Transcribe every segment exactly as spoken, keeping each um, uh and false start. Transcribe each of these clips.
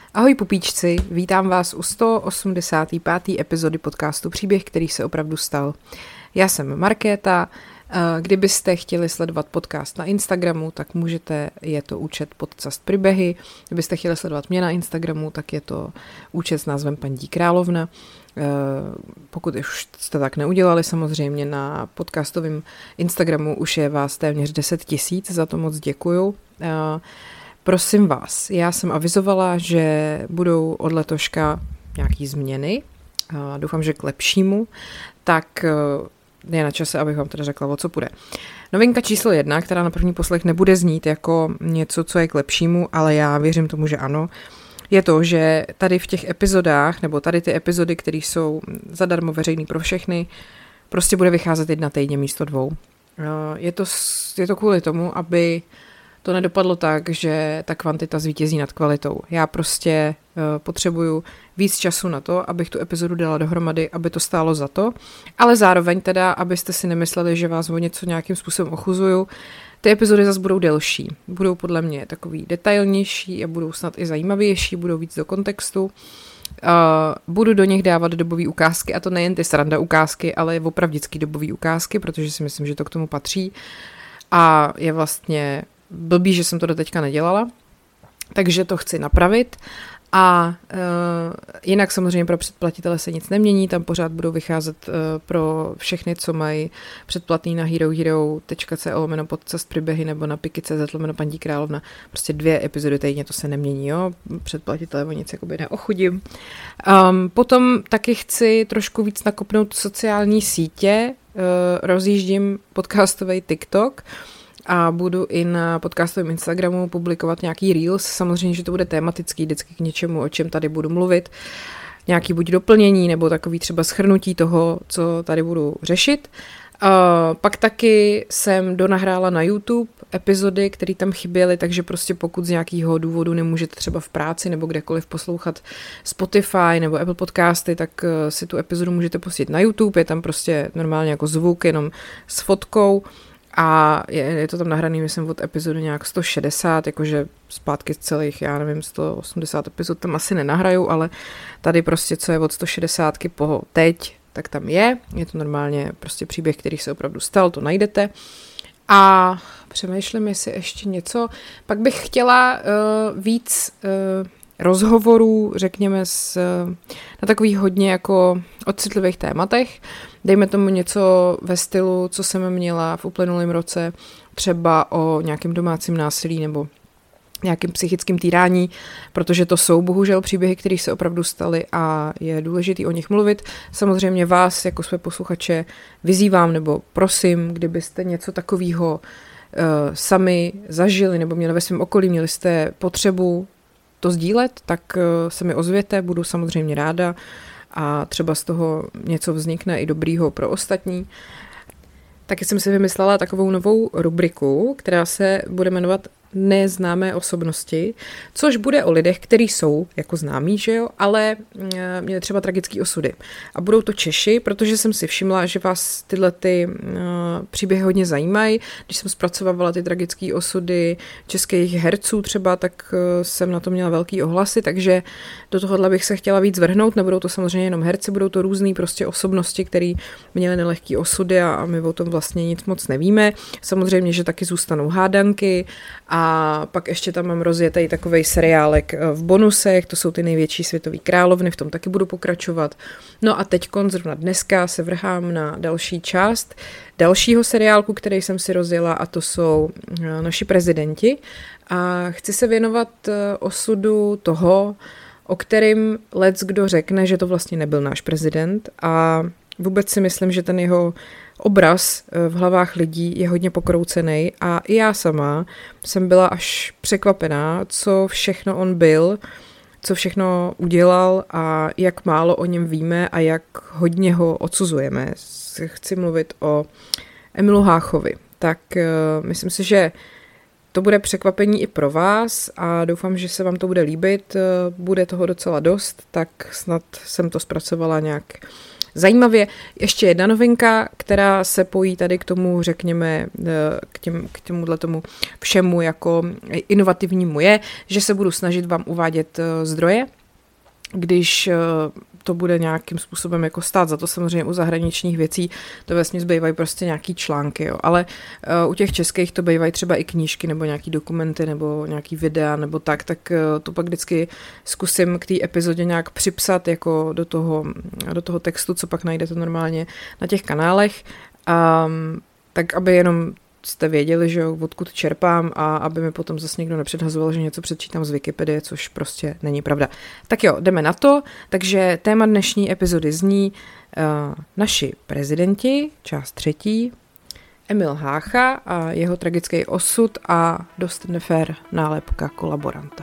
Ahoj pupíčci, vítám vás u sto osmdesáté páté epizody podcastu Příběh, který se opravdu stal. Já jsem Markéta, kdybyste chtěli sledovat podcast na Instagramu, tak můžete, je to účet podcast Příběhy. Kdybyste chtěli sledovat mě na Instagramu, tak je to účet s názvem Paní Královna. Pokud už jste tak neudělali, samozřejmě na podcastovém Instagramu už je vás téměř deset tisíc, za to moc děkuju. Prosím vás, já jsem avizovala, že budou od letoška nějaký změny, doufám, že k lepšímu, tak je na čase, abych vám teda řekla, o co půjde. Novinka číslo jedna, která na první poslech nebude znít jako něco, co je k lepšímu, ale já věřím tomu, že ano, je to, že tady v těch epizodách, nebo tady ty epizody, které jsou zadarmo veřejný pro všechny, prostě bude vycházet jedna týdně místo dvou. Je to, je to kvůli tomu, aby to nedopadlo tak, že ta kvantita zvítězí nad kvalitou. Já prostě uh, potřebuju víc času na to, abych tu epizodu dala dohromady, aby to stálo za to, ale zároveň teda, abyste si nemysleli, že vás o něco nějakým způsobem ochuzuju. Ty epizody zase budou delší. Budou podle mě takový detailnější a budou snad i zajímavější, budou víc do kontextu. Uh, budu do nich dávat dobové ukázky, a to nejen ty sranda ukázky, ale i opravdický dobové ukázky, protože si myslím, že to k tomu patří. A je vlastně blbý, že jsem to doteďka nedělala, takže to chci napravit. A uh, jinak samozřejmě pro předplatitele se nic nemění, tam pořád budou vycházet uh, pro všechny, co mají předplatný na herohero.co lomeno podcast Příběhy nebo na piky.cz lomeno Paní Královna. Prostě dvě epizody týdně, to se nemění, jo. Předplatitele o nic jakoby neochudím. Um, potom taky chci trošku víc nakopnout sociální sítě, uh, rozjíždím podcastový TikTok, a budu i na podcastovém Instagramu publikovat nějaký reels. Samozřejmě, že to bude tematický, vždycky k něčemu, o čem tady budu mluvit. Nějaký buď doplnění, nebo takový třeba shrnutí toho, co tady budu řešit. Uh, pak taky jsem donahrála na YouTube epizody, které tam chyběly, takže prostě pokud z nějakého důvodu nemůžete třeba v práci nebo kdekoliv poslouchat Spotify nebo Apple podcasty, tak uh, si tu epizodu můžete pustit na YouTube. Je tam prostě normálně jako zvuk, jenom s fotkou. A je, je to tam nahraný, myslím, od epizody nějak sto šedesát, jakože zpátky z celých, já nevím, sto osmdesát epizod tam asi nenahraju, ale tady prostě, co je od sto šedesát po teď, tak tam je. Je to normálně prostě příběh, který se opravdu stal, to najdete. A přemýšlím, jestli ještě něco. Pak bych chtěla uh, víc uh, rozhovorů, řekněme, s, na takových hodně jako odcitlivých tématech. Dejme tomu něco ve stylu, co jsem měla v uplynulém roce, třeba o nějakém domácím násilí nebo nějakým psychickým týrání, protože to jsou bohužel příběhy, které se opravdu staly a je důležité o nich mluvit. Samozřejmě vás jako své posluchače vyzývám nebo prosím, kdybyste něco takového uh, sami zažili nebo měli ve svém okolí, měli jste potřebu to sdílet, tak uh, se mi ozvěte, budu samozřejmě ráda a třeba z toho něco vznikne i dobrýho pro ostatní. Taky jsem si vymyslela takovou novou rubriku, která se bude jmenovat Neznámé osobnosti, což bude o lidech, kteří jsou jako známí, že jo, ale měli třeba tragické osudy. A budou to Češi, protože jsem si všimla, že vás tyhle ty uh, příběhy hodně zajímají. Když jsem zpracovávala ty tragické osudy českých herců třeba, tak uh, jsem na to měla velký ohlasy, takže do tohohle bych se chtěla víc vrhnout. Nebudou to samozřejmě jenom herci, budou to různý prostě osobnosti, které měly nelehké osudy a, a my o tom vlastně nic moc nevíme. Samozřejmě, že taky zůstanou hádanky a A pak ještě tam mám rozjetý takovej seriálek v bonusech, to jsou ty největší světový královny, v tom taky budu pokračovat. No a teď zrovna dneska se vrhám na další část dalšího seriálku, který jsem si rozjela, a to jsou naši prezidenti. A chci se věnovat osudu toho, o kterým lec kdo řekne, že to vlastně nebyl náš prezident, a vůbec si myslím, že ten jeho obraz v hlavách lidí je hodně pokroucený a i já sama jsem byla až překvapená, co všechno on byl, co všechno udělal a jak málo o něm víme a jak hodně ho odsuzujeme. Chci mluvit o Emilu Háchovi. Tak uh, myslím si, že to bude překvapení i pro vás a doufám, že se vám to bude líbit. Bude toho docela dost, tak snad jsem to zpracovala nějak zajímavě. Ještě jedna novinka, která se pojí tady k tomu, řekněme, k, těm, k tomuhle tomu všemu jako inovativnímu je, že se budu snažit vám uvádět zdroje, když to bude nějakým způsobem jako stát za to. Samozřejmě u zahraničních věcí to vlastně zbývají prostě nějaký články, jo. Ale uh, u těch českých to bývají třeba i knížky nebo nějaký dokumenty nebo nějaký videa nebo tak, tak uh, to pak vždycky zkusím k té epizodě nějak připsat jako do toho, do toho textu, co pak najdete normálně na těch kanálech, um, tak aby jenom jste věděli, že jo, odkud čerpám a aby mi potom zase někdo nepředhazoval, že něco předčítám z Wikipedie, což prostě není pravda. Tak jo, jdeme na to. Takže téma dnešní epizody zní uh, naši prezidenti, část třetí, Emil Hácha a jeho tragický osud a dost nefér nálepka kolaboranta.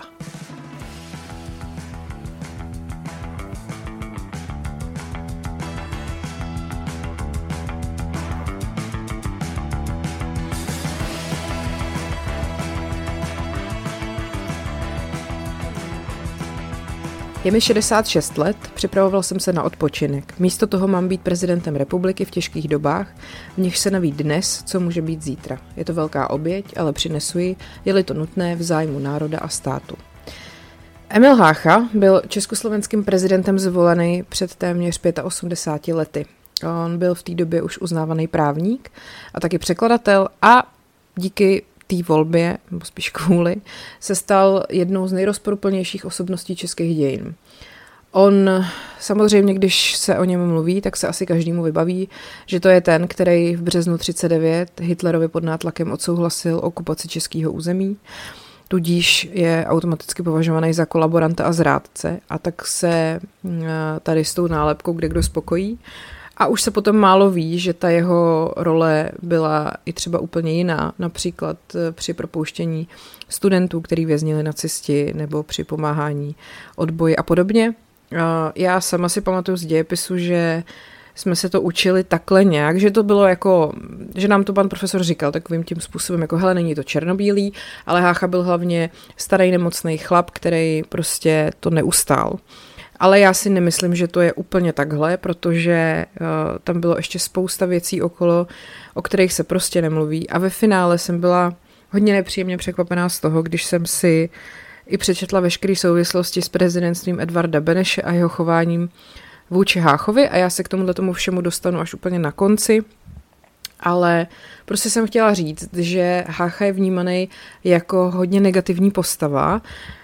Je mi šedesát šest let, připravoval jsem se na odpočinek. Místo toho mám být prezidentem republiky v těžkých dobách, v nichž se naví dnes, co může být zítra. Je to velká oběť, ale přinesu ji, je-li to nutné v zájmu národa a státu. Emil Hácha byl československým prezidentem zvolený před téměř osmdesáti pěti lety. On byl v té době už uznávaný právník a taky překladatel a díky té volbě, nebo spíš kvůli, se stal jednou z nejrozporuplnějších osobností českých dějin. On samozřejmě, když se o něm mluví, tak se asi každému vybaví, že to je ten, který v březnu třicet devět Hitlerovi pod nátlakem odsouhlasil okupaci českého území, tudíž je automaticky považovaný za kolaboranta a zrádce a tak se tady s tou nálepkou kde kdo spokojí. A už se potom málo ví, že ta jeho role byla i třeba úplně jiná, například při propouštění studentů, který věznili nacisti, nebo při pomáhání odboji a podobně. Já sama si pamatuju z dějepisu, že jsme se to učili takhle nějak, že to bylo jako, že nám to pan profesor říkal takovým tím způsobem, jako hele, není to černobílý, ale Hácha byl hlavně starý nemocný chlap, který prostě to neustál. Ale já si nemyslím, že to je úplně takhle, protože uh, tam bylo ještě spousta věcí okolo, o kterých se prostě nemluví. A ve finále jsem byla hodně nepříjemně překvapená z toho, když jsem si i přečetla veškeré souvislosti s prezidentstvím Edvarda Beneše a jeho chováním vůči Háchovi. A já se k tomuhle tomu všemu dostanu až úplně na konci. Ale prostě jsem chtěla říct, že Hácha je vnímaný jako hodně negativní postava,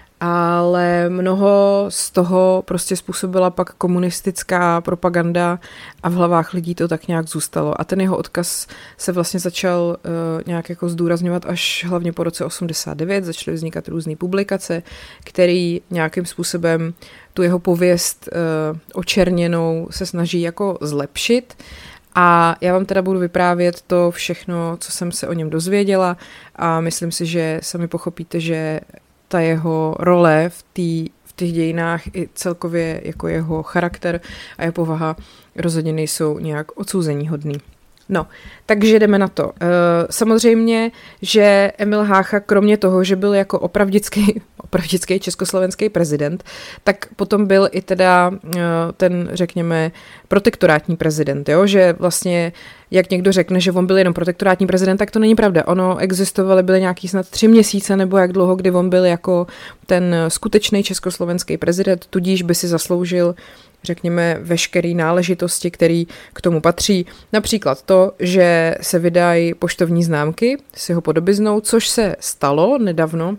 ale mnoho z toho prostě způsobila pak komunistická propaganda a v hlavách lidí to tak nějak zůstalo. A ten jeho odkaz se vlastně začal uh, nějak jako zdůrazňovat až hlavně po roce osmdesát devět, začaly vznikat různé publikace, které nějakým způsobem tu jeho pověst uh, očerněnou se snaží jako zlepšit. A já vám teda budu vyprávět to všechno, co jsem se o něm dozvěděla a myslím si, že sami pochopíte, že ta jeho role v, tý, v těch dějinách i celkově jako jeho charakter a jeho povaha rozhodně nejsou nějak odsouzeníhodný. No, takže jdeme na to. Samozřejmě, že Emil Hácha, kromě toho, že byl jako opravdický, opravdický československý prezident, tak potom byl i teda ten, řekněme, protektorátní prezident, jo? Že vlastně, jak někdo řekne, že on byl jenom protektorátní prezident, tak to není pravda. Ono existovaly, byly nějaký snad tři měsíce nebo jak dlouho, kdy on byl jako ten skutečný československý prezident, tudíž by si zasloužil, řekněme, veškeré náležitosti, které k tomu patří. Například to, že se vydají poštovní známky s jeho podobiznou, což se stalo nedávno,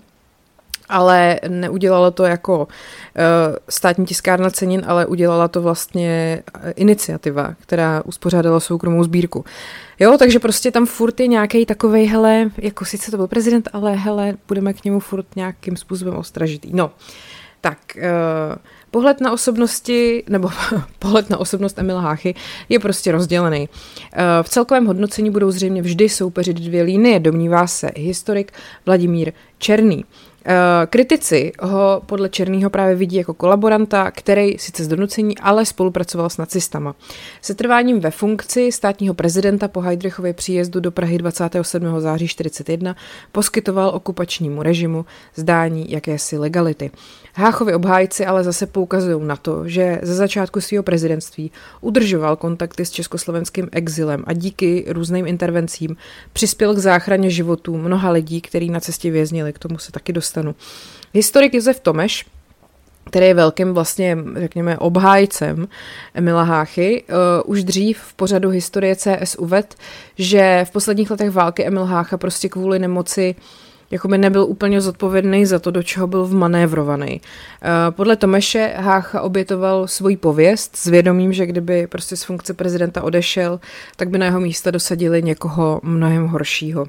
ale neudělala to jako uh, státní tiskárna cenin, ale udělala to vlastně iniciativa, která uspořádala soukromou sbírku. Jo, takže prostě tam furt je nějaký takovej, hele, jako sice to byl prezident, ale hele, budeme k němu furt nějakým způsobem ostražitý. No, tak uh, pohled na osobnosti, nebo pohled na osobnost Emila Háchy je prostě rozdělený. V celkovém hodnocení budou zřejmě vždy soupeřit dvě linie, domnívá se historik Vladimír Černý. Kritici ho podle Černýho právě vidí jako kolaboranta, který sice z donucení, ale spolupracoval s nacistama. Se trváním ve funkci státního prezidenta po Heydrichově příjezdu do Prahy dvacátého sedmého září čtyřicet jedna poskytoval okupačnímu režimu zdání jakési legality. Háchovi obhájci ale zase poukazují na to, že ze začátku svého prezidentství udržoval kontakty s československým exilem a díky různým intervencím přispěl k záchraně životů mnoha lidí, kteří na cestě věznili. K tomu se taky dostanu. Historik Josef Tomeš, který je velkým vlastně, řekněme, obhájcem Emila Háchy, uh, už dřív v pořadu Historie C S uvedl, že v posledních letech války Emil Hácha prostě kvůli nemoci jakoby nebyl úplně zodpovědný za to, do čeho byl vmanévrovaný. Podle Tomeše Hácha obětoval svoji pověst s vědomím, že kdyby prostě z funkce prezidenta odešel, tak by na jeho místa dosadili někoho mnohem horšího.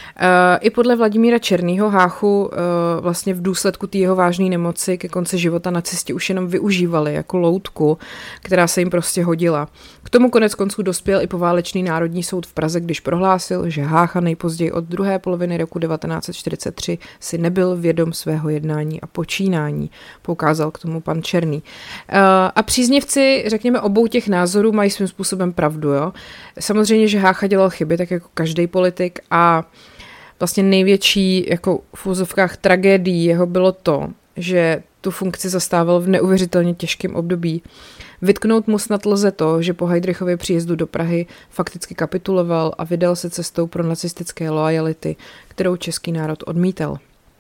I podle Vladimíra Černýho Háchu vlastně v důsledku té jeho vážné nemoci ke konci života nacisti už jenom využívali jako loutku, která se jim prostě hodila. K tomu konec konců dospěl i poválečný Národní soud v Praze, když prohlásil, že Hácha nejpozději od druhé poloviny roku devatenáct set čtyřicet tři si nebyl vědom svého jednání a počínání, poukázal k tomu pan Černý. A příznivci, řekněme, obou těch názorů mají svým způsobem pravdu. Jo? Samozřejmě, že Hácha dělal chyby, tak jako každý politik, a vlastně největší jako v úzovkách tragédií jeho bylo to, že tu funkci zastával v neuvěřitelně těžkém období. Vytknout mu snad lze to, že po Heydrichově příjezdu do Prahy fakticky kapituloval a vydal se cestou pro nacistické loajality, kterou český národ odmítal.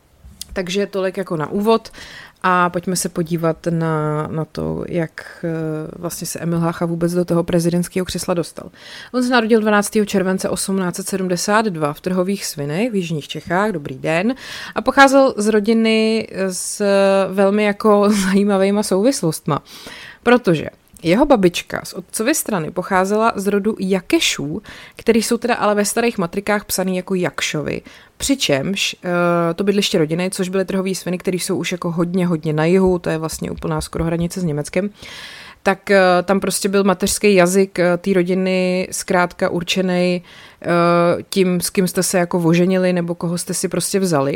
Takže tolik jako na úvod a pojďme se podívat na, na to, jak vlastně se Emil Hácha vůbec do toho prezidentského křesla dostal. On se narodil dvanáctého července osmnáct set sedmdesát dva v Trhových Svinech v jižních Čechách, dobrý den, a pocházel z rodiny s velmi jako zajímavýma souvislostma, protože jeho babička z otcovy strany pocházela z rodu Jakešů, který jsou teda ale ve starých matrikách psaný jako Jakšovi. Přičemž uh, to bydliště rodiny, což byly Trhový Sviny, které jsou už jako hodně, hodně na jihu, to je vlastně úplná skoro hranice s Německem, tak uh, tam prostě byl mateřský jazyk uh, té rodiny zkrátka určený uh, tím, s kým jste se jako oženili nebo koho jste si prostě vzali.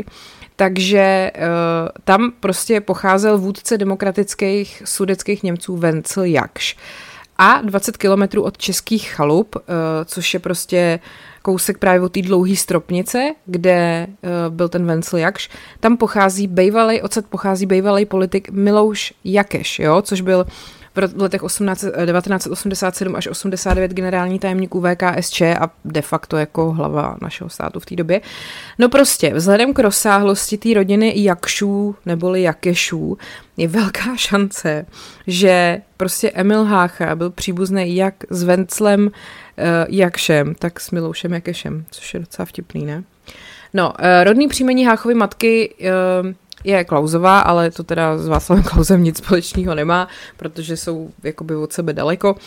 Takže uh, tam prostě pocházel vůdce demokratických sudeckých Němců Vencel Jakš. A dvacet kilometrů od Českých Chalup, uh, což je prostě kousek právě od té dlouhé Stropnice, kde uh, byl ten Vencel Jakš, tam pochází bejvalej, odsud pochází bejvalej politik Milouš Jakeš, jo, což byl v letech devatenáct set osmdesát sedm až osmdesát devět generální tajemník U V K S Č a de facto jako hlava našeho státu v té době. No prostě, vzhledem k rozsáhlosti té rodiny Jakšů neboli Jakešů je velká šance, že prostě Emil Hácha byl příbuzný jak s Venclem uh, Jakšem, tak s Miloušem Jakešem, což je docela vtipný, ne? No, uh, rodný příjmení Háchovy matky uh, je Klausová, ale to teda s Václavem Klausem nic společného nemá, protože jsou jakoby od sebe daleko.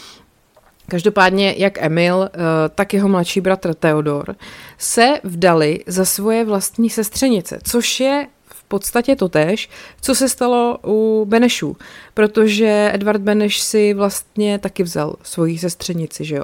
Každopádně jak Emil, tak jeho mladší bratr Theodor se vdali za svoje vlastní sestřenice, což je v podstatě totéž, co se stalo u Benešů, protože Edvard Beneš si vlastně taky vzal svoji sestřenici, že jo.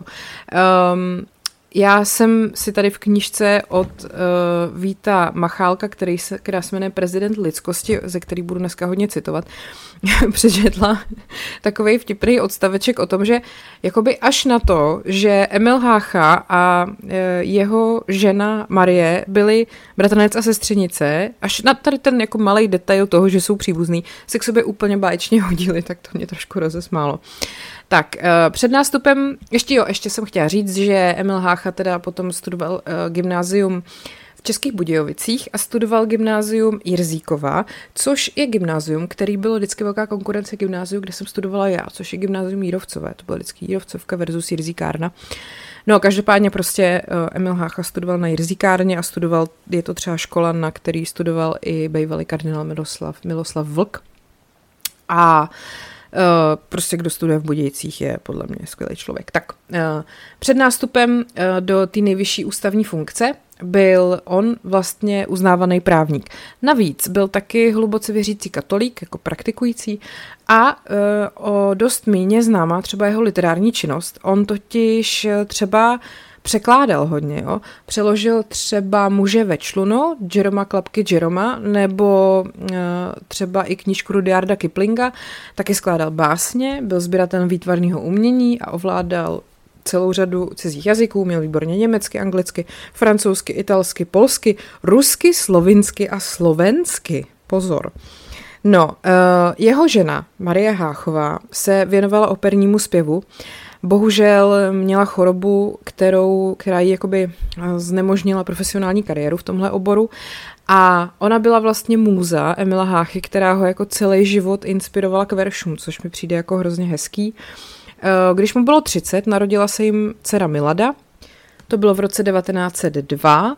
Um, Já jsem si tady v knížce od uh, Víta Machálka, který se, která se jmenuje Prezident lidskosti, ze který budu dneska hodně citovat, přečetla takovej vtipný odstaveček o tom, že jakoby až na to, že Emil Hácha a uh, jeho žena Marie byli bratranec a sestřenice, až na tady ten jako malej detail toho, že jsou příbuzný, se k sobě úplně báječně hodili, tak to mě trošku rozesmálo. Tak, před nástupem, ještě jo, ještě jsem chtěla říct, že Emil Hácha teda potom studoval uh, gymnázium v Českých Budějovicích a studoval gymnázium Jirzíkova, což je gymnázium, který bylo vždycky velká konkurence gymnáziu, kde jsem studovala já, což je gymnázium Jírovcové, to byla vždycky Jírovcovka versus Jirzíkárna. No, každopádně prostě uh, Emil Hácha studoval na Jirzíkárně a studoval, je to třeba škola, na který studoval i bývalý kardinál Miloslav, Miloslav Vlk. A Uh, prostě kdo studuje v Budějcích je podle mě skvělý člověk. Tak uh, před nástupem uh, do té nejvyšší ústavní funkce byl on vlastně uznávaný právník. Navíc byl taky hluboce věřící katolík, jako praktikující a uh, o dost míně známá třeba jeho literární činnost. On totiž třeba překládal hodně, jo. Přeložil třeba Muže ve člunu, Jeroma Klapky Jeroma, nebo uh, třeba i knížku Rudyarda Kiplinga, taky skládal básně, byl sběratelem výtvarného umění a ovládal celou řadu cizích jazyků, měl výborně německy, anglicky, francouzsky, italsky, polsky, rusky, slovinsky a slovensky. Pozor. No, uh, jeho žena, Marie Háchová, se věnovala opernímu zpěvu. Bohužel měla chorobu, kterou, která jí jakoby znemožnila profesionální kariéru v tomhle oboru. A ona byla vlastně můza Emila Háchy, která ho jako celý život inspirovala k veršům, což mi přijde jako hrozně hezký. Když mu bylo třicet, narodila se jim dcera Milada, to bylo v roce devatenáct set dva,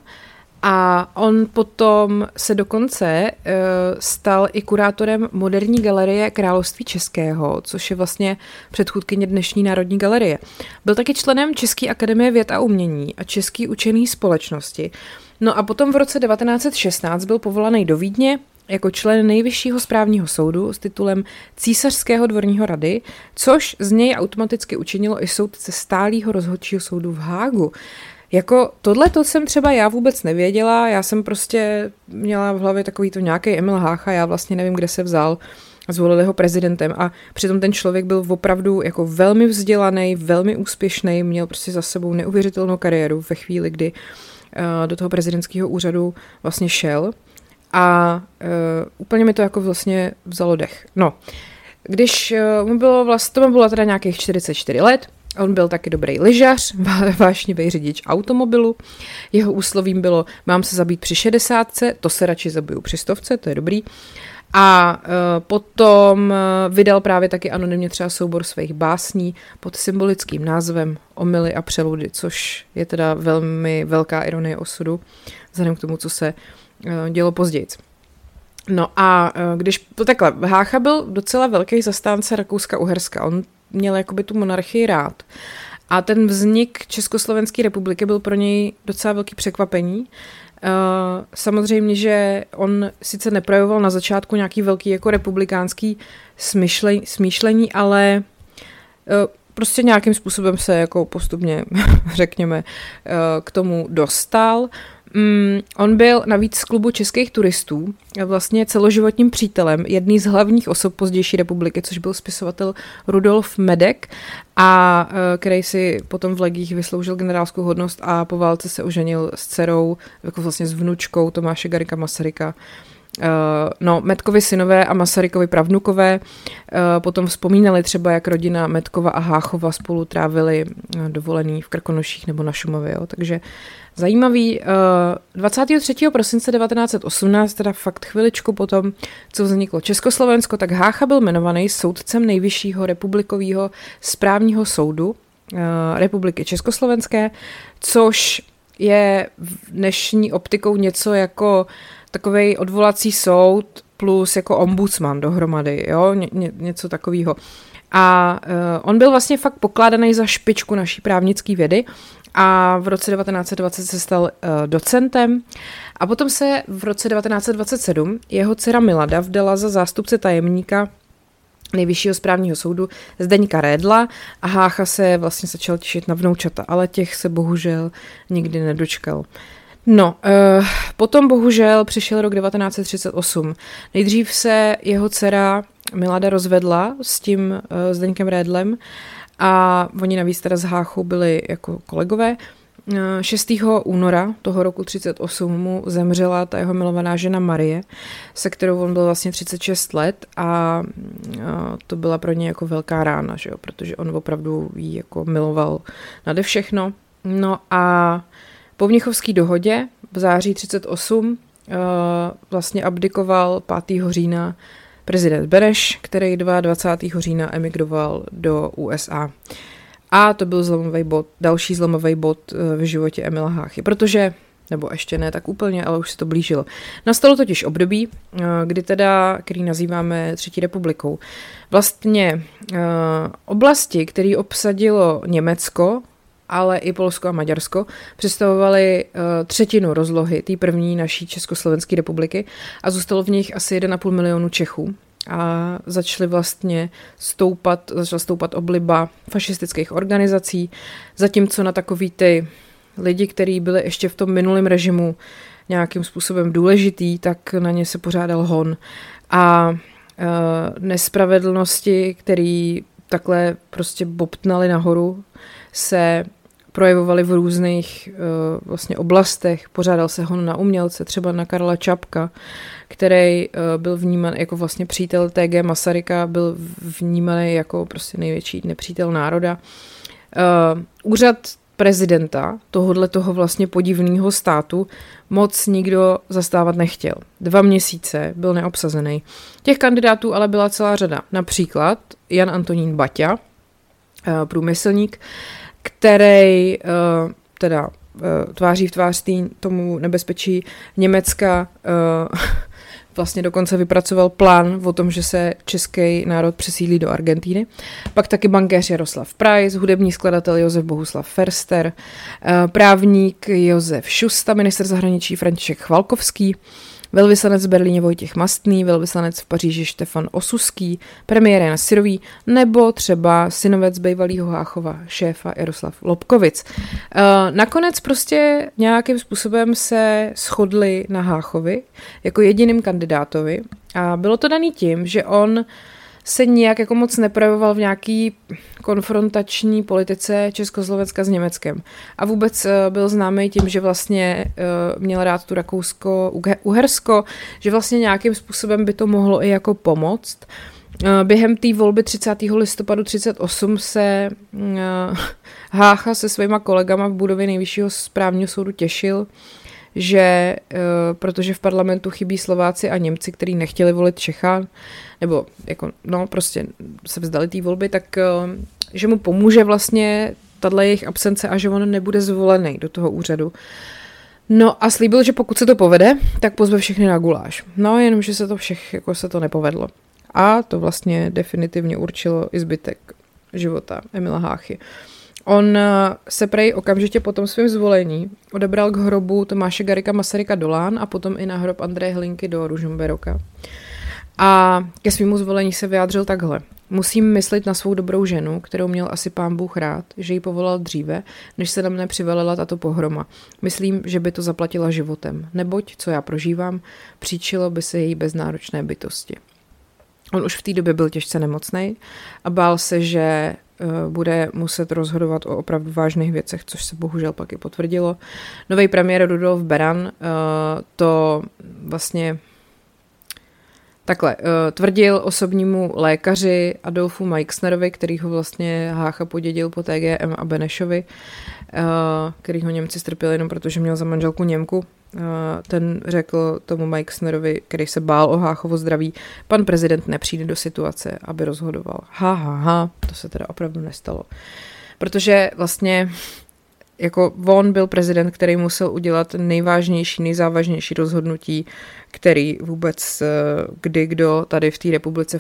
a on potom se dokonce uh, stal i kurátorem moderní galerie Království českého, což je vlastně předchůdkyně dnešní Národní galerie. Byl taky členem České akademie věd a umění a České učené společnosti. No a potom v roce devatenáct set šestnáct byl povolaný do Vídně jako člen Nejvyššího správního soudu s titulem Císařského dvorního rady, což z něj automaticky učinilo i soudce stálého rozhodčího soudu v Hágu. Jako tohle to jsem třeba já vůbec nevěděla, já jsem prostě měla v hlavě takový to nějaký Emil Hácha, já vlastně nevím, kde se vzal, zvolili ho prezidentem a přitom ten člověk byl opravdu jako velmi vzdělaný, velmi úspěšný, měl prostě za sebou neuvěřitelnou kariéru ve chvíli, kdy uh, do toho prezidentského úřadu vlastně šel a uh, úplně mi to jako vlastně vzalo dech. No, když uh, mu bylo vlastně, to mu bylo teda nějakých čtyřicet čtyři let, on byl taky dobrý lyžař, vášnivý řidič automobilu. Jeho úslovím bylo, mám se zabít při šedesátce, to se radši zabiju při stovce, to je dobrý. A uh, potom uh, vydal právě taky anonymně třeba soubor svých básní pod symbolickým názvem Omyly a přeludy, což je teda velmi velká ironie osudu, vzhledem k tomu, co se uh, dělo později. No a uh, když, takhle, Hácha byl docela velký zastánce Rakouska-Uherska, on měl jakoby tu monarchii rád. A ten vznik Československé republiky byl pro něj docela velký překvapení. Uh, samozřejmě, že on sice neprojevoval na začátku nějaký velký jako republikánský smýšlení, smýšlení ale uh, prostě nějakým způsobem se jako postupně, řekněme, uh, k tomu dostal. Mm, on byl navíc z klubu českých turistů vlastně celoživotním přítelem jedný z hlavních osob pozdější republiky, což byl spisovatel Rudolf Medek, a který si potom v legích vysloužil generálskou hodnost a po válce se oženil s dcerou, jako vlastně s vnučkou Tomáše Garrigua Masaryka. Uh, no, Medkovi synové a Masarykovi pravnukové uh, potom vzpomínali třeba, jak rodina Medkova a Háchova spolu trávili uh, dovolený v Krkonoších nebo na Šumavě, jo. Takže zajímavý. Uh, dvacátého třetího prosince devatenáct set osmnáct, teda fakt chviličku potom, co vzniklo Československo, tak Hácha byl jmenovaný soudcem Nejvyššího republikového správního soudu uh, Republiky Československé, což je v dnešní optikou něco jako takovej odvolací soud plus jako ombudsman dohromady, jo, Ně, ně, něco takového. A uh, on byl vlastně fakt pokládaný za špičku naší právnické vědy a v roce devatenáct set dvacet se stal uh, docentem a potom se v roce devatenáct set dvacet sedm jeho dcera Milada vdala za zástupce tajemníka Nejvyššího správního soudu Zdeňka Redla a Hácha se vlastně začal těšit na vnoučata, ale těch se bohužel nikdy nedočkal. No, uh, potom bohužel přišel rok devatenáct set třicet osm. Nejdřív se jeho dcera Milada rozvedla s tím uh, Zdeňkem Redlem a oni navíc teda s Háchou byli jako kolegové. Uh, šestého února toho roku třicet osm mu zemřela ta jeho milovaná žena Marie, se kterou on byl vlastně třicet šest let a uh, to byla pro ně jako velká rána, že jo, protože on opravdu jí jako miloval nade všechno. No a po Mnichovské dohodě v září třicet osm uh, vlastně abdikoval pátého října prezident Beneš, který dvacátého druhého října emigroval do U S A. A to byl zlomový bod, další zlomový bod uh, v životě Emila Háchy, protože, nebo ještě ne tak úplně, ale už se to blížilo. Nastalo totiž období, uh, kdy teda, který nazýváme Třetí republikou. Vlastně uh, oblasti, které obsadilo Německo, ale i Polsko a Maďarsko, představovaly uh, třetinu rozlohy té první naší Československé republiky a zůstalo v nich asi jeden a půl milionu Čechů. A začaly vlastně stoupat, začala stoupat obliba fašistických organizací, zatímco na takový ty lidi, kteří byli ještě v tom minulém režimu nějakým způsobem důležitý, tak na ně se pořádal hon. A uh, nespravedlnosti, který takhle prostě bobtnaly nahoru, se projevovaly v různých uh, vlastně oblastech. Pořádal se hon na umělce, třeba na Karla Čapka, který uh, byl vnímán jako vlastně přítel T G Masaryka, byl vnímaný jako prostě největší nepřítel národa. Uh, úřad prezidenta tohohle toho vlastně podivného státu moc nikdo zastávat nechtěl. Dva měsíce byl neobsazený. Těch kandidátů ale byla celá řada. Například Jan Antonín Baťa, průmyslník, který teda tváří v tvář tý, tomu nebezpečí Německa vlastně dokonce vypracoval plán o tom, že se český národ přesídlí do Argentíny. Pak taky bankéř Jaroslav Preiss, hudební skladatel Josef Bohuslav Förster, právník Josef Šusta, ministr zahraničí František Chvalkovský, velvyslanec v Berlíně Vojtěch Mastný, velvyslanec v Paříži Štefan Osuský, premiér Jan Syrový, nebo třeba synovec bývalýho Háchova šéfa Jaroslav Lobkovic. Nakonec prostě nějakým způsobem se shodli na Háchovi jako jediným kandidátovi a bylo to daný tím, že on se nijak jako moc neprojevoval v nějaký konfrontační politice Československa s Německem. A vůbec byl známý tím, že vlastně měl rád tu Rakousko-Uhersko, že vlastně nějakým způsobem by to mohlo i jako pomoct. Během té volby třicátého listopadu třicet osm se Hácha se svýma kolegama v budově Nejvyššího správního soudu těšil, že protože v parlamentu chybí Slováci a Němci, kteří nechtěli volit Čecha, nebo jako, no, prostě se vzdali té volby, tak že mu pomůže vlastně tato jejich absence a že on nebude zvolený do toho úřadu. No a slíbil, že pokud se to povede, tak pozve všechny na guláš. No, jenomže se to všech, jako se to nepovedlo. A to vlastně definitivně určilo i zbytek života Emila Háchy. On se prej okamžitě po tom svém zvolení odebral k hrobu Tomáše Garrigua Masaryka do Lán a potom i na hrob Andreje Hlinky do Ružomberoka. A ke svému zvolení se vyjádřil takhle. Musím myslet na svou dobrou ženu, kterou měl asi pán Bůh rád, že ji povolal dříve, než se na mne přivalila tato pohroma. Myslím, že by to zaplatila životem, neboť, co já prožívám, příčilo by se její beznáročné bytosti. On už v té době byl těžce nemocnej a bál se, že bude muset rozhodovat o opravdu vážných věcech, což se bohužel pak i potvrdilo. Nový premiér Rudolf Beran to vlastně takhle tvrdil osobnímu lékaři Adolfu Meixnerovi, který ho vlastně Hácha podědil po T G M a Benešovi, který ho Němci strpěli jenom protože měl za manželku Němku. Ten řekl tomu Meixnerovi, který se bál o Háchovo zdraví, pan prezident nepřijde do situace, aby rozhodoval. Ha, ha, ha, to se teda opravdu nestalo. Protože vlastně jako on byl prezident, který musel udělat nejvážnější, nejzávažnější rozhodnutí, který vůbec kdy kdo tady v té republice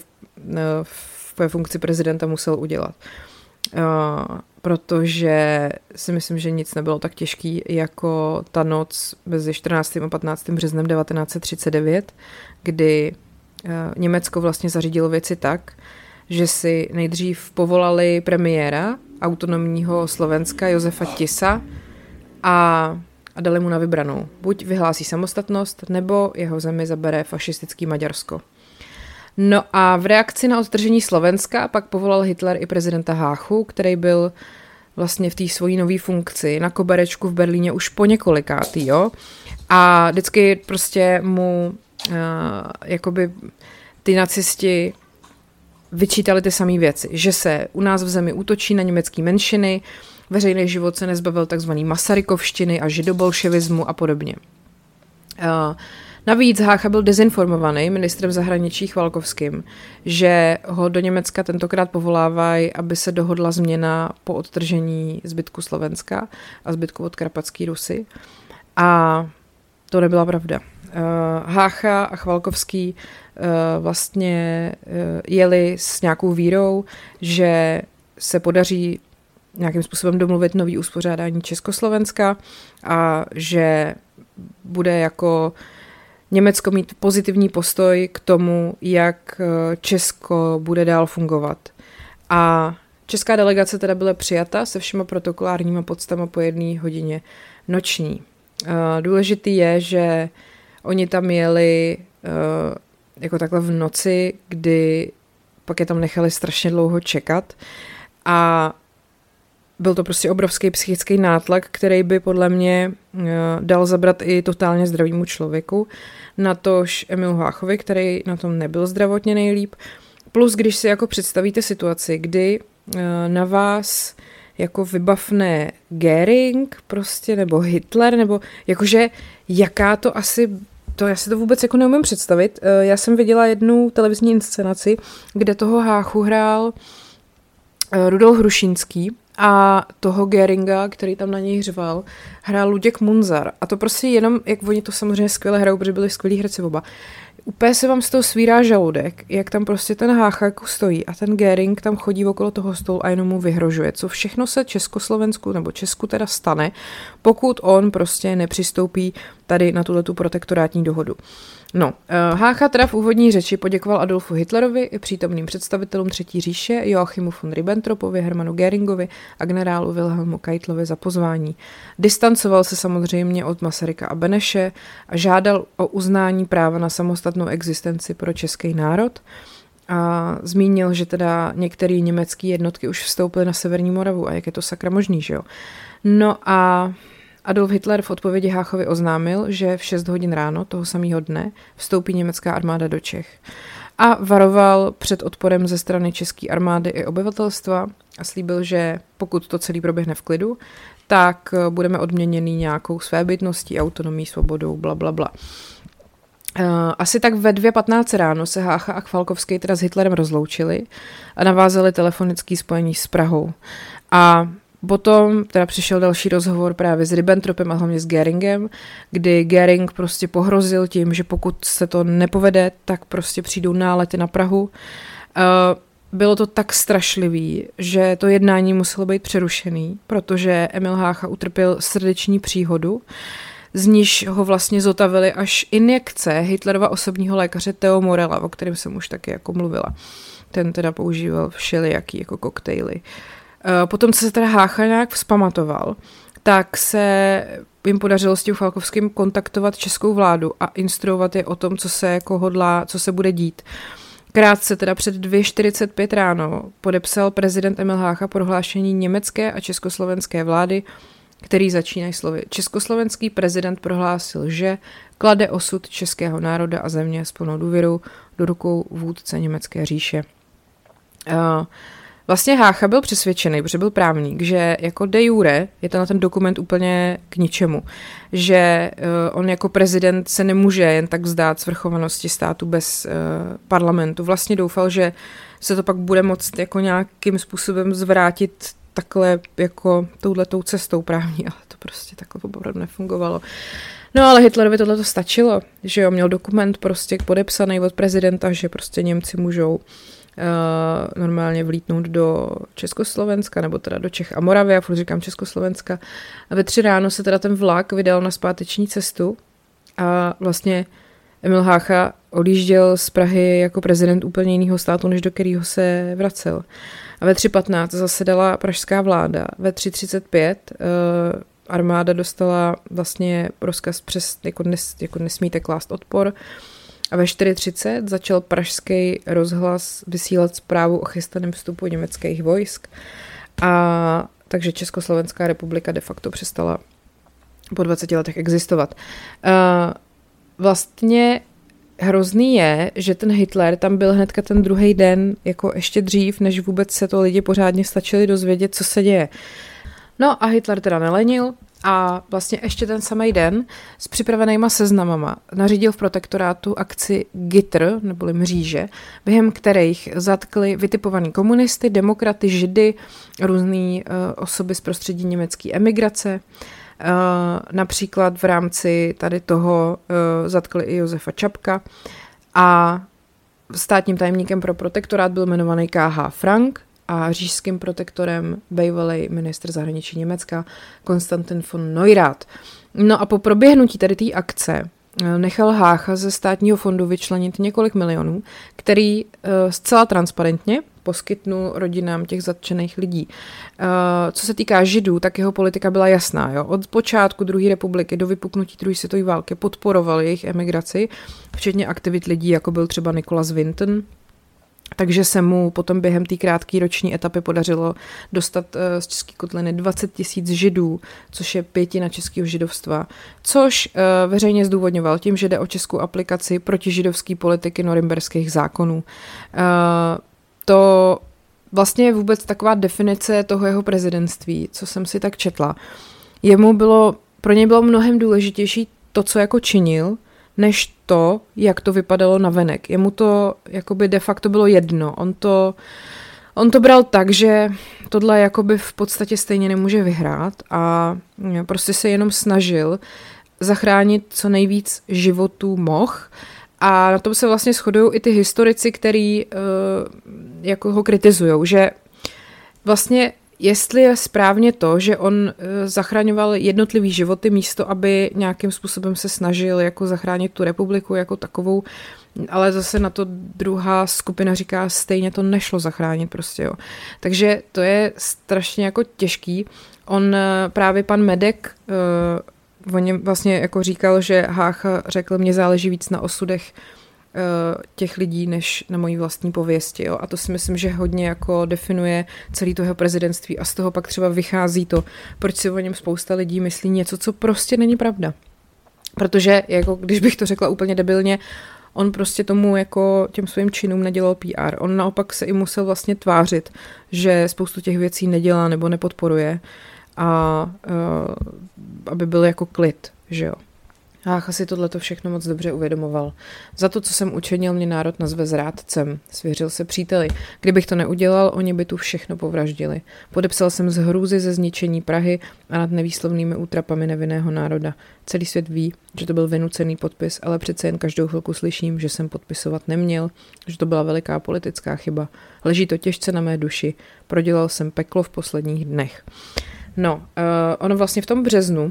ve funkci prezidenta musel udělat. Uh, protože si myslím, že nic nebylo tak těžký jako ta noc mezi čtrnáctým a patnáctým březnem devatenáct set třicet devět, kdy uh, Německo vlastně zařídilo věci tak, že si nejdřív povolali premiéra autonomního Slovenska Josefa Tisa a, a dali mu na vybranou. Buď vyhlásí samostatnost, nebo jeho zemi zabere fašistický Maďarsko. No a v reakci na odtržení Slovenska pak povolal Hitler i prezidenta Háchu, který byl vlastně v té svojí nové funkci na koberečku v Berlíně už po několikátý, jo. A vždycky prostě mu uh, jakoby ty nacisti vyčítali ty samé věci, že se u nás v zemi útočí na německé menšiny, veřejný život se nezbavil takzvaný masarykovštiny a židobolševismu a podobně. Uh, Navíc Hácha byl dezinformovaný ministrem zahraničí Chvalkovským, že ho do Německa tentokrát povolávají, aby se dohodla změna po odtržení zbytku Slovenska a zbytku od Karpatské Rusy. A to nebyla pravda. Hácha a Chvalkovský vlastně jeli s nějakou vírou, že se podaří nějakým způsobem domluvit nový uspořádání Československa a že bude jako Německo mít pozitivní postoj k tomu, jak Česko bude dál fungovat. A Česká delegace teda byla přijata se všema protokolárníma podstama po jedné hodině noční. Důležitý je, že oni tam jeli jako takhle v noci, kdy pak je tam nechali strašně dlouho čekat a byl to prostě obrovský psychický nátlak, který by podle mě dal zabrat i totálně zdravému člověku, natož Emilu Háchovi, který na tom nebyl zdravotně nejlíp. Plus, když si jako představíte situaci, kdy na vás jako vybavne Göring prostě, nebo Hitler, nebo jakože jaká to asi, to já si to vůbec jako neumím představit. Já jsem viděla jednu televizní inscenaci, kde toho Háchu hrál Rudolf Hrušínský a toho Göringa, který tam na něj hřval, hrál Luděk Munzar. A to prostě jenom, jak oni to samozřejmě skvěle hrajou, protože byli skvělí herci oba. Úplně se vám z toho svírá žaludek, jak tam prostě ten Hácha jako stojí a ten Göring tam chodí okolo toho stolu a jenom mu vyhrožuje. Co všechno se Československu nebo Česku teda stane, pokud on prostě nepřistoupí tady na tuhletu protektorátní dohodu. No, Hácha teda v úvodní řeči poděkoval Adolfu Hitlerovi i přítomným představitelům Třetí říše, Joachimu von Ribbentropovi, Hermanu Göringovi a generálu Wilhelmu Keitlovi za pozvání. Distancoval se samozřejmě od Masaryka a Beneše a žádal o uznání práva na samostatnou existenci pro český národ. A zmínil, že teda některé německé jednotky už vstoupily na Severní Moravu a jak je to sakra možný, že jo. No a Adolf Hitler v odpovědi Háchovi oznámil, že v šest hodin ráno toho samého dne vstoupí německá armáda do Čech. A varoval před odporem ze strany české armády i obyvatelstva a slíbil, že pokud to celý proběhne v klidu, tak budeme odměněný nějakou svébytností, autonomií, svobodou, bla, bla, bla. Asi tak ve dvě patnáct ráno se Hácha a Chvalkovský teda s Hitlerem rozloučili a navázali telefonické spojení s Prahou. A potom teda přišel další rozhovor právě s Ribbentropem a hlavně s Göringem, kdy Göring prostě pohrozil tím, že pokud se to nepovede, tak prostě přijdou nálety na Prahu. Bylo to tak strašlivý, že to jednání muselo být přerušený, protože Emil Hácha utrpěl srdeční příhodu, z níž ho vlastně zotavili až injekce Hitlerova osobního lékaře Theo Morella, o kterém jsem už taky jako mluvila. Ten teda používal všelijaký jako koktejly. Potom, co se teda Hácha nějak vzpamatoval, tak se jim podařilo s tím Chvalkovským kontaktovat českou vládu a instruovat je o tom, co se jako hodlá, co se bude dít. Krátce teda před dvě čtyřicet pět ráno podepsal prezident Emil Hácha prohlášení německé a československé vlády, který začínají slovy. Československý prezident prohlásil, že klade osud českého národa a země s plnou důvěrou do rukou vůdce německé říše. Uh, Vlastně Hácha byl přesvědčený, protože byl právník, že jako de jure je ten, ten dokument úplně k ničemu. Že uh, on jako prezident se nemůže jen tak vzdát svrchovanosti státu bez uh, parlamentu. Vlastně doufal, že se to pak bude moct jako nějakým způsobem zvrátit takhle jako touhletou cestou právní, ale to prostě takhle opravdu nefungovalo. No ale Hitlerovi tohle to stačilo, že jo, měl dokument prostě podepsaný od prezidenta, že prostě Němci můžou Uh, normálně vlítnout do Československa, nebo teda do Čech a Moravy, já furt říkám Československa. A ve tři ráno se teda ten vlak vydal na zpáteční cestu a vlastně Emil Hácha odjížděl z Prahy jako prezident úplně jiného státu, než do kterého se vracel. A ve tři patnáct zasedala pražská vláda. Ve tři třicet pět uh, armáda dostala vlastně rozkaz přes, jako, nes, jako nesmíte klást odpor. A ve čtyři třicet začal pražský rozhlas vysílat zprávu o chystaném vstupu německých vojsk. A takže Československá republika de facto přestala po dvaceti letech existovat. Uh, vlastně hrozný je, že ten Hitler tam byl hnedka ten druhý den, jako ještě dřív, než vůbec se to lidi pořádně stačili dozvědět, co se děje. No a Hitler teda nelenil a vlastně ještě ten samý den s připravenýma seznamama nařídil v protektorátu akci Gitter, neboli mříže, během kterých zatkli vytipovaný komunisty, demokraty, židy, různý uh, osoby z prostředí německé emigrace. Uh, například v rámci tady toho uh, zatkli i Josefa Čapka a státním tajemníkem pro protektorát byl jmenovaný K H Frank a říšským protektorem bývalý ministr zahraničí Německa Konstantin von Neurath. No a po proběhnutí tady té akce nechal Hácha ze státního fondu vyčlenit několik milionů, který uh, zcela transparentně poskytnul rodinám těch zatčených lidí. Co se týká Židů, tak jeho politika byla jasná. Jo? Od počátku druhé republiky do vypuknutí druhé světové války podporoval jejich emigraci, včetně aktivit lidí, jako byl třeba Nicholas Winton. Takže se mu potom během té krátké roční etapy podařilo dostat z České kotliny dvacet tisíc Židů, což je pětina českého židovstva, což veřejně zdůvodňoval tím, že jde o českou aplikaci protižidovské politiky norimberských zákonů. To vlastně je vůbec taková definice toho jeho prezidentství, co jsem si tak četla. Jemu bylo, pro něj bylo mnohem důležitější to, co jako činil, než to, jak to vypadalo navenek. Jemu to jakoby de facto bylo jedno. On to, on to bral tak, že tohle jakoby v podstatě stejně nemůže vyhrát a prostě se jenom snažil zachránit co nejvíc životů mohl. A na tom se vlastně shodují i ty historici, který uh, jako ho kritizujou, že vlastně jestli je správně to, že on uh, zachraňoval jednotlivý životy místo, aby nějakým způsobem se snažil jako zachránit tu republiku jako takovou, ale zase na to druhá skupina říká, stejně to nešlo zachránit prostě, jo. Takže to je strašně jako těžký. On uh, právě pan Medek uh, on něm vlastně jako říkal, že Hácha řekl, mně záleží víc na osudech uh, těch lidí, než na mojí vlastní pověsti. Jo? A to si myslím, že hodně jako definuje celý toho prezidentství a z toho pak třeba vychází to, proč si o něm spousta lidí myslí něco, co prostě není pravda. Protože, jako, když bych to řekla úplně debilně, on prostě tomu jako těm svým činům nedělal P R. On naopak se i musel vlastně tvářit, že spoustu těch věcí nedělá nebo nepodporuje. A uh, aby byl jako klid, že jo. Hácha si tohleto všechno moc dobře uvědomoval. Za to, co jsem učinil, mě národ nazve zrádcem, svěřil se příteli. Kdybych to neudělal, oni by tu všechno povraždili. Podepsal jsem z hrůzy ze zničení Prahy a nad nevýslovnými útrapami nevinného národa. Celý svět ví, že to byl vynucený podpis, ale přece jen každou chvilku slyším, že jsem podpisovat neměl, že to byla veliká politická chyba. Leží to těžce na mé duši. Prodělal jsem peklo v posledních dnech. No, uh, ono vlastně v tom březnu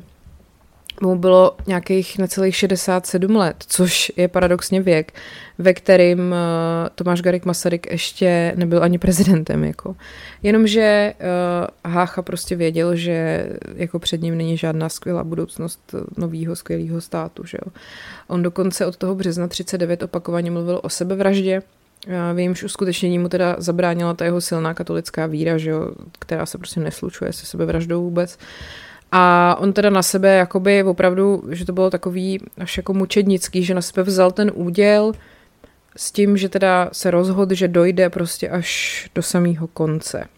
mu bylo nějakých necelých šedesát sedm let, což je paradoxně věk, ve kterým uh, Tomáš Garrigue Masaryk ještě nebyl ani prezidentem. Jako. Jenomže uh, Hácha prostě věděl, že jako před ním není žádná skvělá budoucnost nového skvělého státu. Že jo. On dokonce od toho března třicet devět opakovaně mluvil o sebevraždě, v jejímž uskutečnění mu teda zabránila ta jeho silná katolická víra, že jo, která se prostě neslučuje se sebevraždou vůbec. A on teda na sebe jakoby opravdu, že to bylo takový až jako mučednický, že na sebe vzal ten úděl s tím, že teda se rozhodl, že dojde prostě až do samého konce.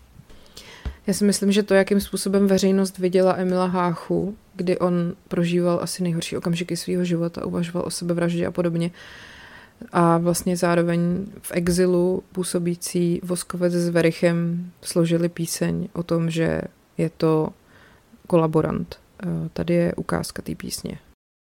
Já si myslím, že to, jakým způsobem veřejnost viděla Emila Háchu, kdy on prožíval asi nejhorší okamžiky svého života, uvažoval o sebevraždě a podobně, a vlastně zároveň v exilu působící Voskovec s Verichem složili píseň o tom, že je to kolaborant. Tady je ukázka té písně.